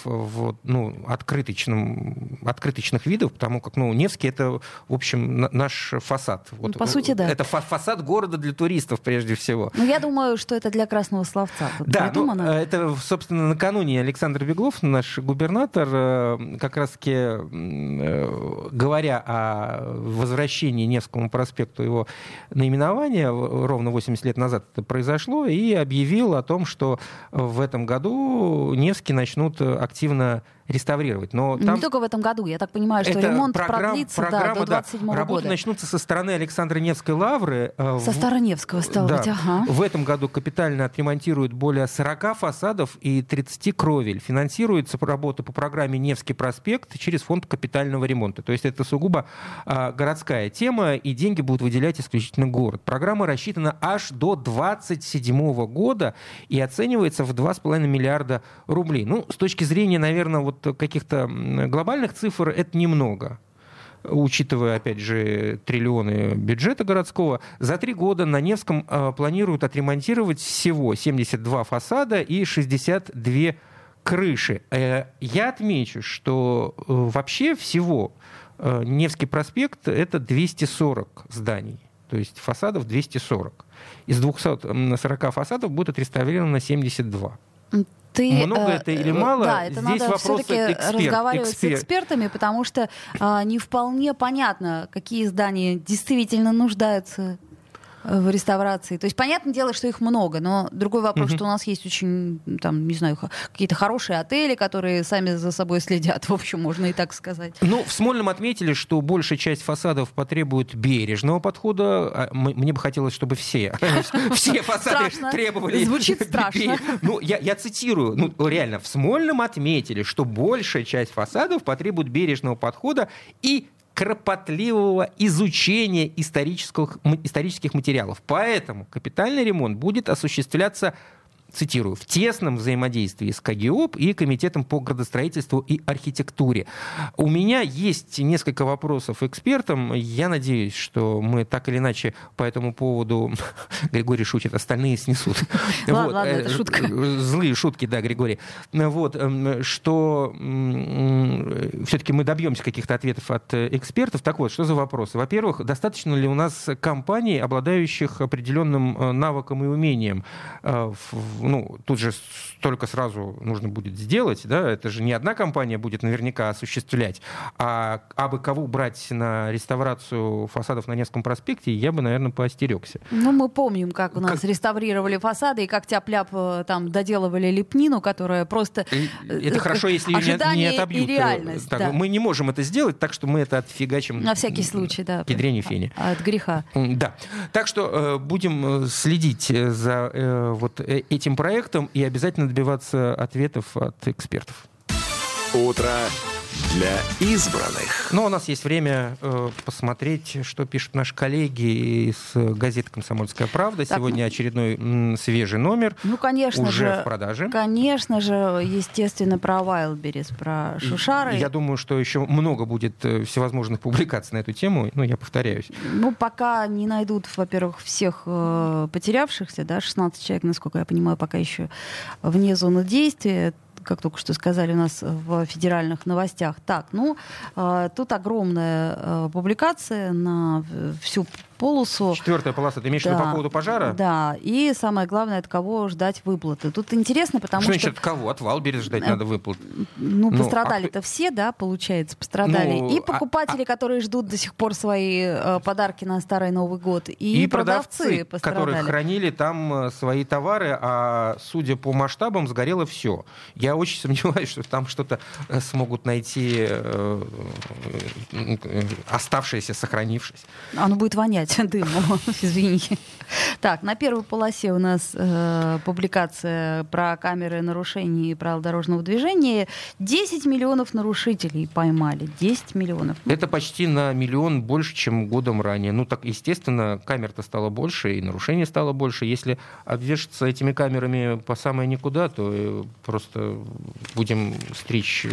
S3: открыточных видов, потому как Невский — это, в общем, наш фасад.
S2: По сути, да.
S3: Это фасад города для туристов, прежде всего.
S2: Я думаю, что это для красного словца.
S3: Да, это, собственно, накануне Александр Беглов, наш губернатор, как раз-таки говоря о возвращении Невскому проспекту его наименования, ровно 80 лет назад это произошло, и объявил о том, что в этом году Невский начнут активно реставрировать. Но там...
S2: Не только в этом году. Я так понимаю, что ремонт продлится до 27 года.
S3: Работы начнутся со стороны Александра Невской лавры.
S2: Со Староневского, стало быть, ага.
S3: В этом году капитально отремонтируют более 40 фасадов и 30 кровель. Финансируется работа по программе «Невский проспект» через фонд капитального ремонта. То есть это сугубо городская тема, и деньги будут выделять исключительно город. Программа рассчитана аж до 2027 года и оценивается в 2,5 миллиарда рублей. С точки зрения, наверное, каких-то глобальных цифр это немного. Учитывая, опять же, триллионы бюджета городского, за 3 года на Невском планируют отремонтировать всего 72 фасада и 62 крыши. Я отмечу, что вообще всего Невский проспект — это 240 зданий. То есть фасадов 240. Из 240 фасадов будет отреставрировано 72. Много это или мало?
S2: Да, это
S3: здесь
S2: надо все-таки разговаривать с экспертами, потому что не вполне понятно, какие здания действительно нуждаются в реставрации. То есть, понятное дело, что их много, но другой вопрос, что у нас есть очень, там, не знаю, какие-то хорошие отели, которые сами за собой следят, в общем, можно и так сказать.
S3: Ну, в Смольном отметили, что большая часть фасадов потребует бережного подхода. Мне бы хотелось, чтобы все фасады требовали...
S2: Звучит страшно.
S3: Ну, я цитирую. Ну, реально, в Смольном отметили, что большая часть фасадов потребует бережного подхода и кропотливого изучения исторических материалов. Поэтому капитальный ремонт будет осуществляться, цитирую, в тесном взаимодействии с КГИОП и Комитетом по градостроительству и архитектуре. У меня есть несколько вопросов экспертам. Я надеюсь, что мы так или иначе по этому поводу... Григорий шутит, остальные снесут.
S2: Ладно, это шутка.
S3: Злые шутки, да, Григорий. Вот, что все-таки мы добьемся каких-то ответов от экспертов. Так вот, что за вопросы? Во-первых, достаточно ли у нас компаний, обладающих определенным навыком и умением? Ну, тут же столько сразу нужно будет сделать, да, это же не одна компания будет наверняка осуществлять, а абы кого брать на реставрацию фасадов на Невском проспекте, я бы, наверное, поостерегся.
S2: Ну, мы помним, как у нас реставрировали фасады, и как тяп-ляп там доделывали лепнину, которая просто...
S3: Это хорошо, если ее не отобьют.
S2: И реальность,
S3: так,
S2: да.
S3: Мы не можем это сделать, так что мы это отфигачим...
S2: На всякий случай, да.
S3: Кедрене фене.
S2: От греха.
S3: Да. Так что будем следить за вот этим проектом и обязательно добиваться ответов от экспертов.
S1: Утро для избранных.
S3: Но у нас есть время посмотреть, что пишут наши коллеги из газеты «Комсомольская правда». Так, сегодня очередной свежий номер.
S2: Ну, конечно
S3: уже
S2: же,
S3: в продаже.
S2: Конечно же, естественно, про Wildberries, про Шушары.
S3: Я думаю, что еще много будет всевозможных публикаций на эту тему. Ну, я повторяюсь.
S2: Ну, пока не найдут, во-первых, всех потерявшихся, да, 16 человек, насколько я понимаю, пока еще вне зоны действия, как только что сказали у нас в федеральных новостях. Так, ну, тут огромная публикация на всю полосу.
S3: 4-я полоса, ты имеешь в виду по поводу пожара?
S2: Да, и самое главное, от кого ждать выплаты. Тут интересно, потому что...
S3: Что значит от кого? От Wildberries ждать надо выплат?
S2: Ну, пострадали-то все, да, получается, пострадали.
S3: Ну,
S2: и покупатели, которые ждут до сих пор свои подарки на Старый Новый год, и продавцы пострадали.
S3: Которые хранили там свои товары, а судя по масштабам, сгорело все. Я очень сомневаюсь, что там что-то смогут найти оставшееся, сохранившееся.
S2: Оно будет вонять дымом, извините. Так, на первой полосе у нас публикация про камеры нарушений правил дорожного движения. 10 миллионов нарушителей поймали. 10 миллионов.
S3: Это почти на 1 миллион больше, чем годом ранее. Ну, так, естественно, камер-то стало больше, и нарушений стало больше. Если обвешаться этими камерами по самое никуда, то просто будем стричь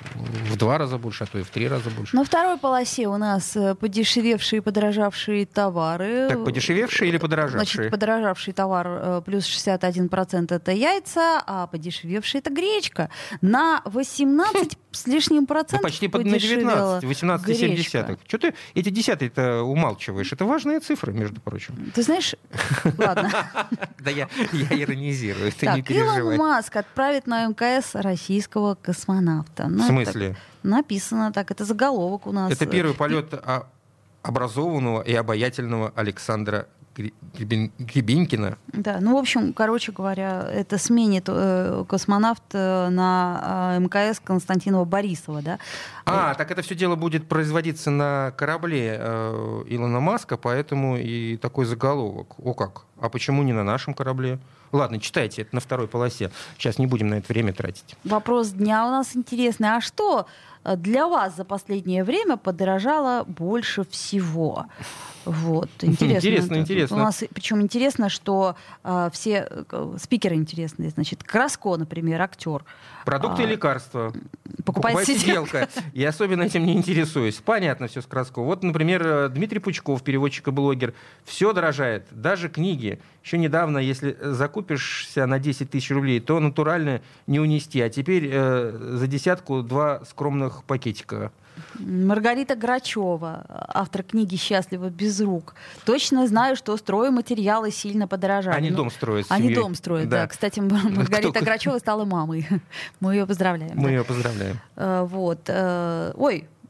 S3: в 2 раза больше, а то и в 3 раза больше.
S2: На второй полосе у нас подешевевшие и подорожавшие товары.
S3: Так, подешевевшие или подорожавшие?
S2: Значит, подорожавший товар плюс 61% это яйца, а подешевевший это гречка. На 18 с лишним процентов
S3: почти на 19, 18,7. Что ты эти десятые-то умалчиваешь? Это важная цифра, между прочим.
S2: Ты знаешь, ладно.
S3: Да я иронизирую, ты не переживай.
S2: Илон Маск отправит на МКС российского космонавта.
S3: В смысле?
S2: Написано так, это заголовок у нас.
S3: Это первый полет образованного и обаятельного Александра Гребенкина.
S2: Да, ну, в общем, короче говоря, это сменит космонавт на МКС Константинова-Борисова, да?
S3: Так это все дело будет производиться на корабле Илона Маска, поэтому и такой заголовок. О как! А почему не на нашем корабле? Ладно, читайте, это на второй полосе. Сейчас не будем на это время тратить.
S2: Вопрос дня у нас интересный. А что для вас за последнее время подорожало больше всего? Вот, интересно. У нас, причем интересно, что все спикеры интересные. Значит, Краско, например, актер.
S3: Продукты и лекарства.
S2: Покупает
S3: сиделка. Я особенно этим не интересуюсь. Понятно все с Краско. Вот, например, Дмитрий Пучков, переводчик и блогер. Все дорожает, даже книги. Еще недавно, если закупишься на 10 тысяч рублей, то натурально не унести. А теперь за десятку 2 скромных пакетика.
S2: Маргарита Грачева, автор книги «Счастливо без рук». Точно знаю, что стройматериалы сильно подорожали.
S3: Они дом строят.
S2: Они дом строят, да. Кстати, Маргарита Грачева стала мамой. Мы ее поздравляем.
S3: Мы ее поздравляем.
S2: Вот. Ой,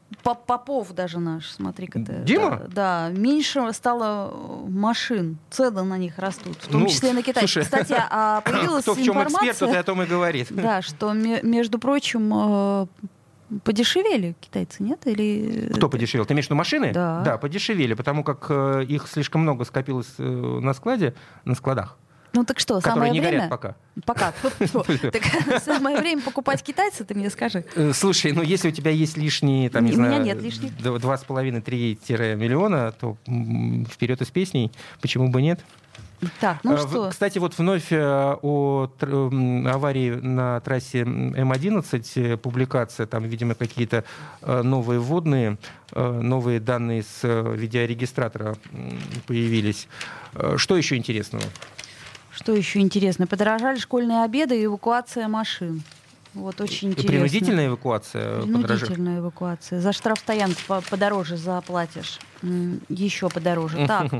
S2: Попов даже наш, смотри-ка ты.
S3: Дима?
S2: Да, меньше стало машин, цены на них растут, в том числе на китайских. Кстати, появилась
S3: кто в чем
S2: информация...
S3: эксперт, тот и о том и говорит.
S2: Да, что, между прочим, подешевели китайцы, нет? Или...
S3: Кто подешевел? Ты имеешь в виду машины?
S2: Да.
S3: Да, подешевели, потому как их слишком много скопилось на складах.
S2: Ну так что, самое
S3: не
S2: время...
S3: горят пока.
S2: Пока. Так самое время покупать китайцы, ты мне скажи.
S3: Слушай, ну если у тебя есть лишние, там, не
S2: У меня
S3: знаю,
S2: нет лишних.
S3: 2,5-3 миллиона, то вперед и с песней, почему бы нет?
S2: Так, ну что?
S3: Кстати, вот вновь о аварии на трассе М11 публикация, там, видимо, какие-то новые вводные, новые данные с видеорегистратора появились. Что еще интересного?
S2: Что еще интересно? Подорожали школьные обеды и эвакуация машин. Вот очень интересно.
S3: Принудительная эвакуация?
S2: Принудительная эвакуация. За штрафстоянку подороже заплатишь. Еще подороже. Так.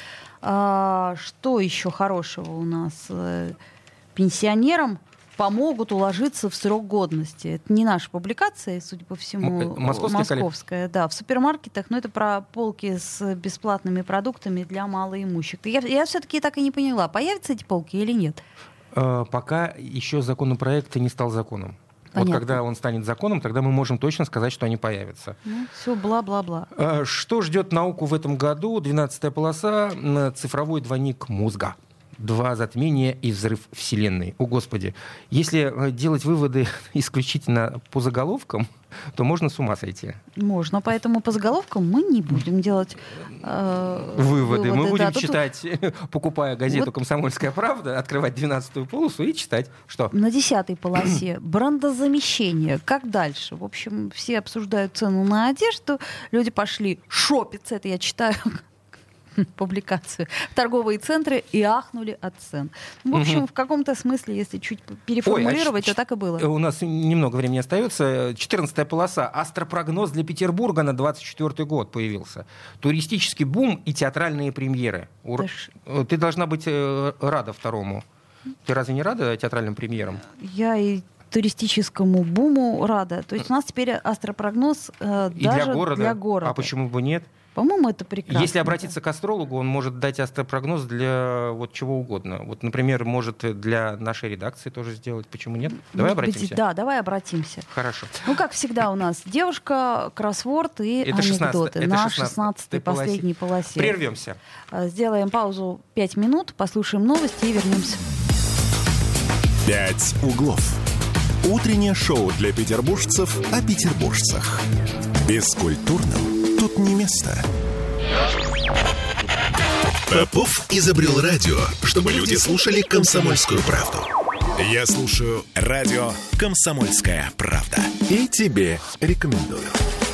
S2: Что еще хорошего у нас? Пенсионерам помогут уложиться в срок годности. Это не наша публикация, судя по всему, московская. Да, в супермаркетах, но это про полки с бесплатными продуктами для малоимущих. Я все-таки так и не поняла, появятся эти полки или нет?
S3: Пока еще законопроект не стал законом. Понятно. Вот когда он станет законом, тогда мы можем точно сказать, что они появятся.
S2: Ну, все, бла-бла-бла.
S3: Что ждет науку в этом году? 12-я полоса. Цифровой двойник мозга. 2 затмения и взрыв Вселенной. О, Господи. Если делать выводы исключительно по заголовкам, то можно с ума сойти.
S2: Можно, поэтому по заголовкам мы не будем делать
S3: выводы. Мы будем читать, покупая газету «Комсомольская правда», открывать 12-ю полосу и читать. Что?
S2: На 10-й полосе брендозамещение. Как дальше? В общем, все обсуждают цену на одежду. Люди пошли шопиться. Это я читаю публикацию в торговые центры и ахнули от цен. В общем, в каком-то смысле, если чуть переформулировать, то так и было.
S3: У нас немного времени остается. 14-я полоса. Астропрогноз для Петербурга на 24 год появился. Туристический бум и театральные премьеры. Ты должна быть рада второму. Ты разве не рада театральным премьерам?
S2: Я и туристическому буму рада. То есть у нас теперь астропрогноз даже для города.
S3: А почему бы нет?
S2: По-моему, это прекрасно.
S3: Если обратиться к астрологу, он может дать астропрогноз для вот чего угодно. Вот, например, может для нашей редакции тоже сделать. Почему нет? Давай обратимся.
S2: Да, давай обратимся.
S3: Хорошо.
S2: Ну, как всегда у нас девушка, кроссворд и анекдоты. На 16-й последней полосе.
S3: Прервемся.
S2: Сделаем паузу 5 минут, послушаем новости и вернемся.
S1: «Пять углов». Утреннее шоу для петербуржцев о петербуржцах. Бескультурным тут не место. Попов изобрел радио, чтобы люди слушали «Комсомольскую правду». Я слушаю радио «Комсомольская правда». И тебе рекомендую.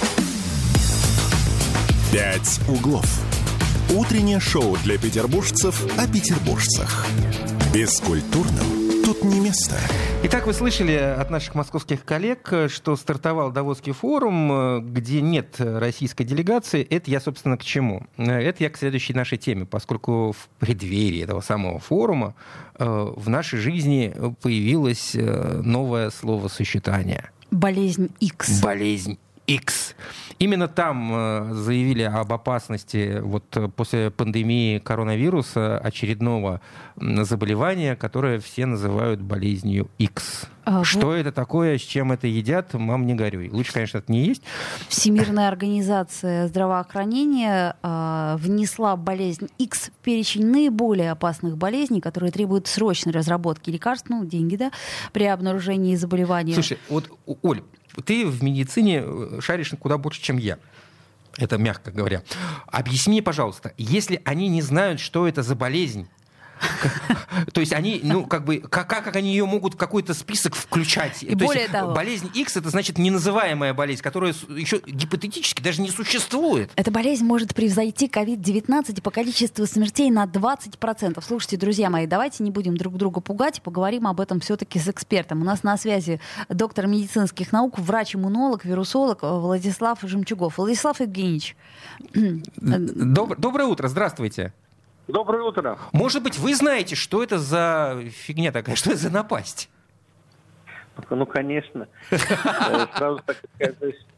S1: «Пять углов». Утреннее шоу для петербуржцев о петербуржцах. Бескультурным тут не место.
S3: Итак, вы слышали от наших московских коллег, что стартовал Давосский форум, где нет российской делегации. Это я, собственно, к чему? Это я к следующей нашей теме, поскольку в преддверии этого самого форума в нашей жизни появилось новое словосочетание.
S2: Болезнь X.
S3: Болезнь X. Именно там заявили об опасности вот после пандемии коронавируса очередного заболевания, которое все называют болезнью X. Что это такое, с чем это едят, мам, не горюй. Лучше, конечно, это не есть.
S2: Всемирная организация здравоохранения внесла болезнь X в перечень наиболее опасных болезней, которые требуют срочной разработки лекарств, ну, деньги, да, при обнаружении заболевания.
S3: Слушай, вот, Оль, ты в медицине шаришь куда больше, чем я. Это мягко говоря. Объясни, пожалуйста, если они не знают, что это за болезнь, то есть они, ну, как бы, как они ее могут в какой-то список включать?
S2: И более того,
S3: болезнь X — это значит неназываемая болезнь, которая еще гипотетически даже не существует.
S2: Эта болезнь может превзойти COVID-19 по количеству смертей на 20%. Слушайте, друзья мои, давайте не будем друг друга пугать, поговорим об этом все-таки с экспертом. У нас на связи доктор медицинских наук, врач-иммунолог, вирусолог Владислав Жемчугов. Владислав Евгеньевич.
S3: Доброе утро, здравствуйте.
S6: Доброе утро.
S3: Может быть, вы знаете, что это за фигня такая, что это за напасть?
S6: Ну, конечно. Сразу так сказать,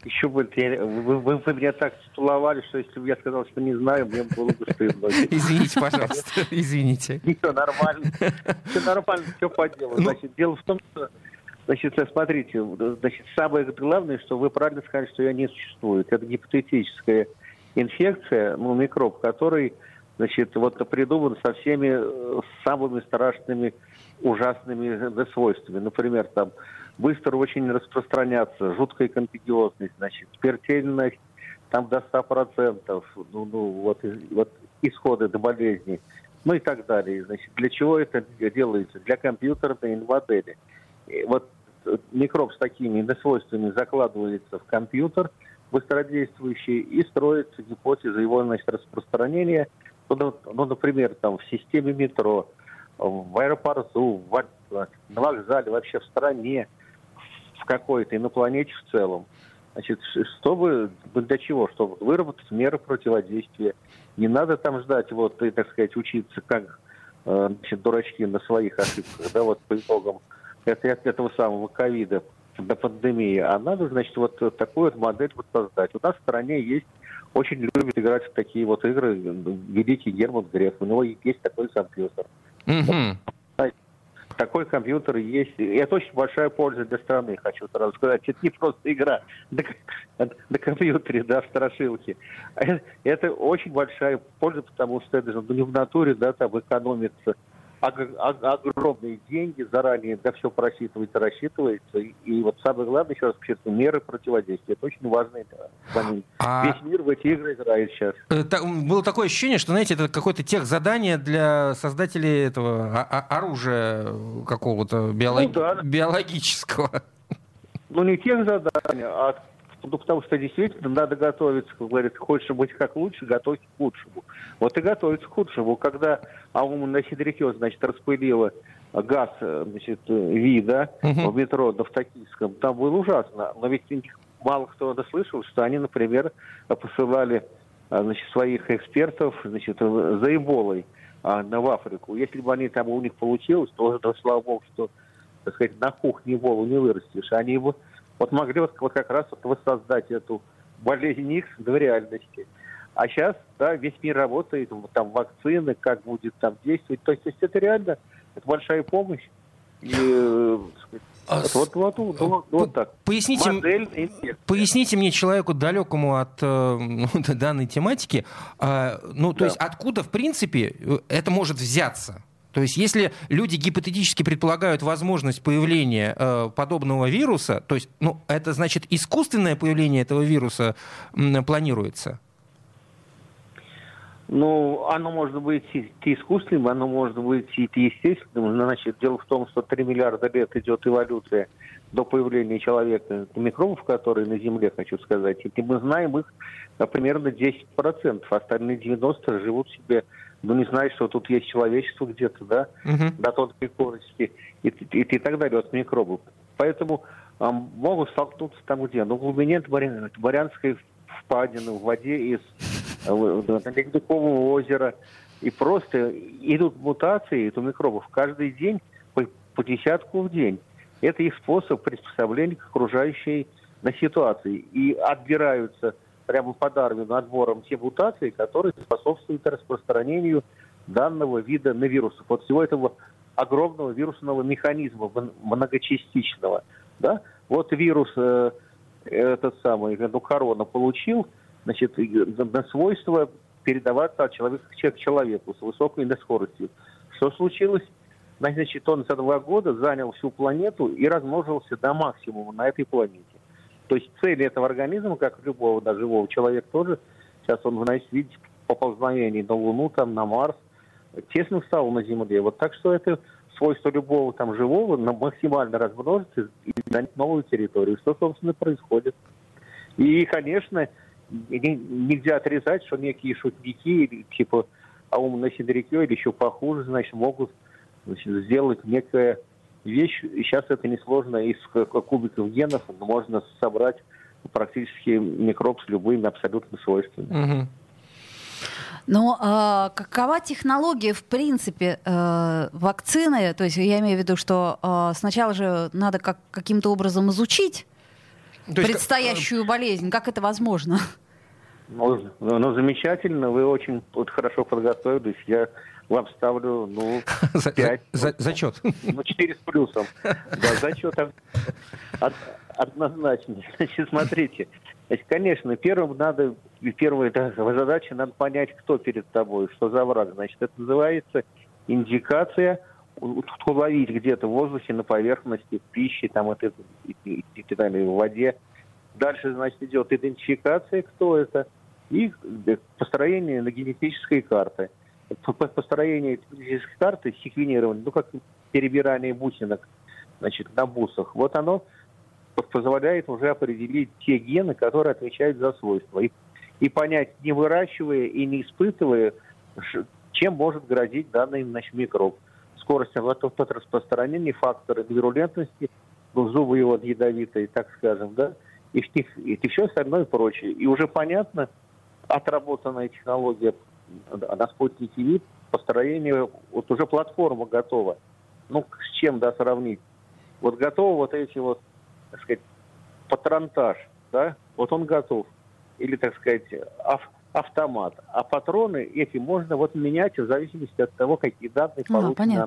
S6: Еще бы, вы меня так титуловали, что если бы я сказал, что не знаю, мне было бы стыдно.
S3: Извините, пожалуйста, извините.
S6: Все нормально. Все нормально, все по делу. Значит, дело в том, что, значит, смотрите, значит, самое главное, что вы правильно сказали, что ее не существует. Это гипотетическая инфекция, микроб, который, значит, вот придуман со всеми самыми страшными, ужасными свойствами. Например, там, быстро очень распространяться, жуткая контагиозность, значит, смертельность там до 100%, вот исходы до болезней, и так далее. Значит, для чего это делается? Для компьютерной модели. И вот микроб с такими свойствами закладывается в компьютер быстродействующий и строится гипотеза его, значит, распространения, например, там, в системе метро, в аэропорту, на вокзале, вообще в стране, в какой-то, и на планете в целом. Значит, для чего? Чтобы выработать меры противодействия. Не надо там ждать, так сказать, учиться, как, значит, дурачки на своих ошибках, по итогам этого самого ковида до пандемии. А надо, значит, такую модель создать. У нас в стране очень любит играть в такие игры великий Герман Греф. У него есть такой компьютер.
S3: Mm-hmm.
S6: Такой компьютер есть. И это очень большая польза для страны, хочу сразу сказать. Это не просто игра на компьютере, в страшилке. Это очень большая польза, потому что это же в натуре, там экономится огромные деньги, заранее все просчитывается, рассчитывается. И самое главное, еще раз подчеркну, меры противодействия. Это очень важно. Весь мир в эти игры играет сейчас.
S3: Было такое ощущение, что, знаете, это какое-то техзадание для создателей этого оружия какого-то биологического.
S6: Не техзадание, потому что действительно надо готовиться, как говорится, хочешь быть как лучше, готовься к худшему. И готовиться к худшему. Когда на Сидрикё, значит, распылила газ, значит, ВИДа в метро в Токийском, там было ужасно. Но ведь мало кто слышал, что они, например, посылали, значит, своих экспертов, значит, за Эболой в Африку. Если бы у них получилось, то слава богу, что, так сказать, на кухне Эболу не вырастешь. Они его могли как раз воссоздать эту болезнь их в реальности. А сейчас, весь мир работает, там вакцины, как будет там действовать. То есть это реально, это большая помощь. И так.
S3: Поясните мне, человеку далекому от данной тематики, то есть откуда, в принципе, это может взяться? То есть если люди гипотетически предполагают возможность появления подобного вируса, то есть, это значит искусственное появление этого вируса планируется?
S6: Оно может быть и искусственным, оно может быть и естественным. Значит, дело в том, что 3 миллиарда лет идет эволюция до появления человека микробов, которые на Земле, хочу сказать. И мы знаем их примерно 10%. Остальные 90% живут себе, не знаю, что тут есть человечество где-то, до тонкой корочки и так далее от микробов. Поэтому могут столкнуться там где? В глубине Марианской впадины, в воде из Ледникового озера. И просто идут мутации у микробов каждый день по десятку в день. Это их способ приспособления к окружающей ситуации. И отбираются прямо по Дарвину отбором те мутации, которые способствуют распространению данного вида на вирусов. Всего этого огромного вирусного механизма многочастичного. Вирус этот самый корона получил, значит, на свойство передаваться от человека к человеку с высокой скоростью. Что случилось? Значит, он за 2 года занял всю планету и размножился до максимума на этой планете. То есть цель этого организма, как любого живого человека тоже, сейчас он, значит, видит поползновение на Луну, на Марс, тесно стал на Земле. Так что это свойство любого живого максимально размножиться и занять новую территорию. Что, собственно, происходит. И, конечно, нельзя отрицать, что некие шутники, типа на Сидрикё или еще похуже, значит, могут, значит, сделать некая вещь. И сейчас это несложно. Из кубиков генов можно собрать практически микроб с любыми абсолютно свойствами.
S2: Угу. Но какова технология, в принципе, вакцины? То есть я имею в виду, что сначала же надо каким-то образом изучить предстоящую болезнь. Как это возможно?
S6: Ну, замечательно. Вы очень хорошо подготовились. Я вам ставлю 5.
S3: Зачет.
S6: 4 с плюсом. Да, зачет однозначно. Значит, смотрите. Значит, конечно, первая задача, надо понять, кто перед тобой, что за враг. Значит, это называется индикация, уловить где-то в воздухе, на поверхности, в пище, там, в воде. Дальше, значит, идет идентификация, кто это, и построение на генетической карты. Построение генетической карты, секвенирование, как перебирание бусинок, значит, на бусах. Вот оно позволяет уже определить те гены, которые отвечают за свойства. И понять, не выращивая и не испытывая, чем может грозить данный микроб. Скорость распространения, факторы вирулентности, зубы его ядовитые, так скажем, да, и все остальное прочее. И уже понятно, отработанная технология на спутнике ВИП, построение, вот уже платформа готова. Ну, с чем, да, сравнить? Вот готовы вот эти вот, так сказать, патронтаж, да, вот он готов. Или, так сказать, автомат. А патроны эти можно вот менять в зависимости от того, какие данные получены.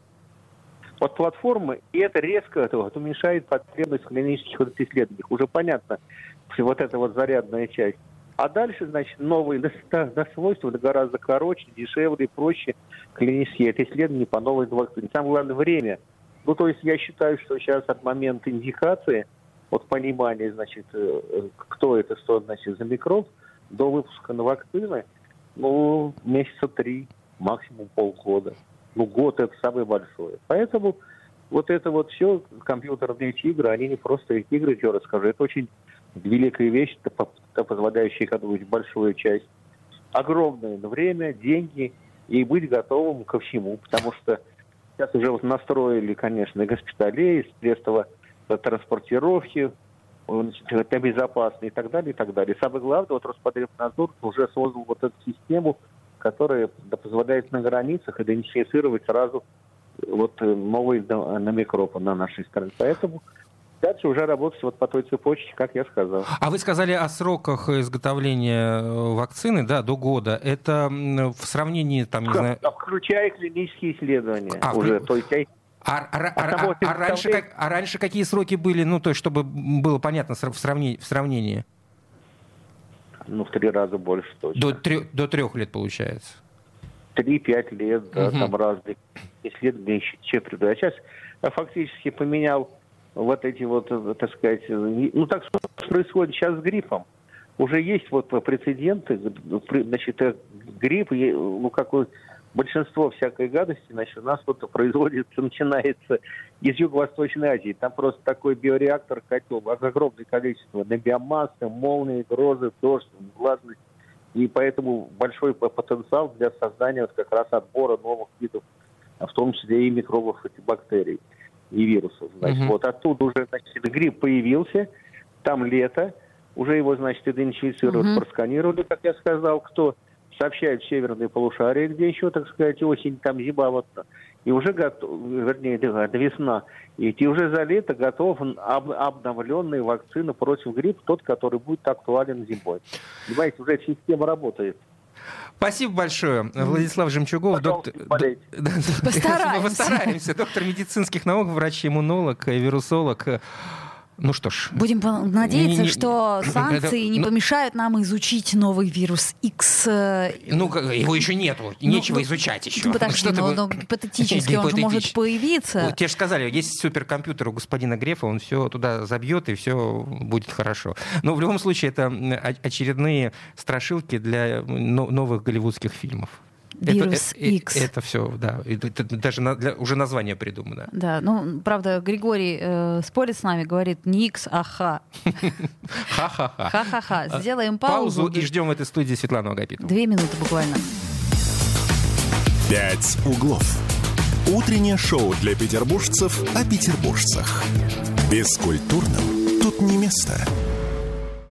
S6: Вот платформа, и это резко уменьшает потребность в клинических исследованиях. Уже понятно, вот эта вот зарядная часть. А дальше, значит, новые свойства гораздо короче, дешевле, проще клинические исследования по новой вакцине. Самое главное, время. Ну, то есть я считаю, что сейчас от момента индикации, от понимания, значит, кто это, что, значит, за микроб, до выпуска на вакцины, месяца 3, максимум полгода. Год это самое большое. Поэтому вот это вот все, компьютерные игры, они не просто игры, еще раз скажу, это очень великая вещь, позволяющая экономить большую часть. Огромное время, деньги, и быть готовым ко всему, потому что сейчас уже вот настроили, конечно, и госпиталей, и средства транспортировки, это безопасно и так далее, и так далее. Самое главное, вот Роспотребнадзор уже создал вот эту систему, которая позволяет на границах идентифицировать сразу вот новые микробы на нашей стране. Поэтому дальше уже работать вот по той цепочке, как я сказал.
S3: А вы сказали о сроках изготовления вакцины, да, до года. Это в сравнении, там, не знаю...
S6: Включая клинические исследования уже. То есть...
S3: раньше какие сроки были, то есть, чтобы было понятно в сравнении?
S6: В 3 раза больше точно.
S3: До 3 лет, получается?
S6: 3-5 лет, да, там разные исследования еще придут. А сейчас фактически поменял вот эти вот, так сказать, так происходит сейчас с гриппом. Уже есть вот прецеденты, значит, грипп, какой большинство всякой гадости, значит, у нас вот производится, начинается из Юго-Восточной Азии. Там просто такой биореактор, котел, огромное количество на биомассы, молнии, грозы, дождь, влажность. И поэтому большой потенциал для создания вот как раз отбора новых видов, в том числе и микробов, и бактерий, и вирусов. Значит, вот оттуда уже, значит, грипп появился, там лето, уже его, значит, идентифицируют, просканировали, как я сказал, кто сообщает в северные полушария, где еще, так сказать, осень, там зима, вот, и уже весна, и уже за лето готов обновленная вакцина против гриппа, тот, который будет актуален зимой. Понимаете, уже система работает.
S3: Спасибо большое. Владислав Жемчугов, Постараемся. Доктор медицинских наук, врач-иммунолог, вирусолог. Ну что ж.
S2: Будем надеяться, что санкции не помешают нам изучить новый вирус X.
S3: Его еще нету, нечего изучать еще.
S2: Подожди, гипотетически он же может появиться.
S3: Те же сказали, есть суперкомпьютер у господина Грефа, он все туда забьет, и все будет хорошо. Но в любом случае это очередные страшилки для новых голливудских фильмов.
S2: Вирус X.
S3: Это все, да. Это даже уже название придумано.
S2: Да, правда, Григорий спорит с нами, говорит не X, а Х.
S3: Ха-ха-ха.
S2: Ха-ха-ха. Сделаем паузу.
S3: И ждем в этой студии Светлану Агапитову.
S2: 2 минуты буквально.
S1: 5 углов. Утреннее шоу для петербуржцев о петербуржцах. Бескультурным тут не место.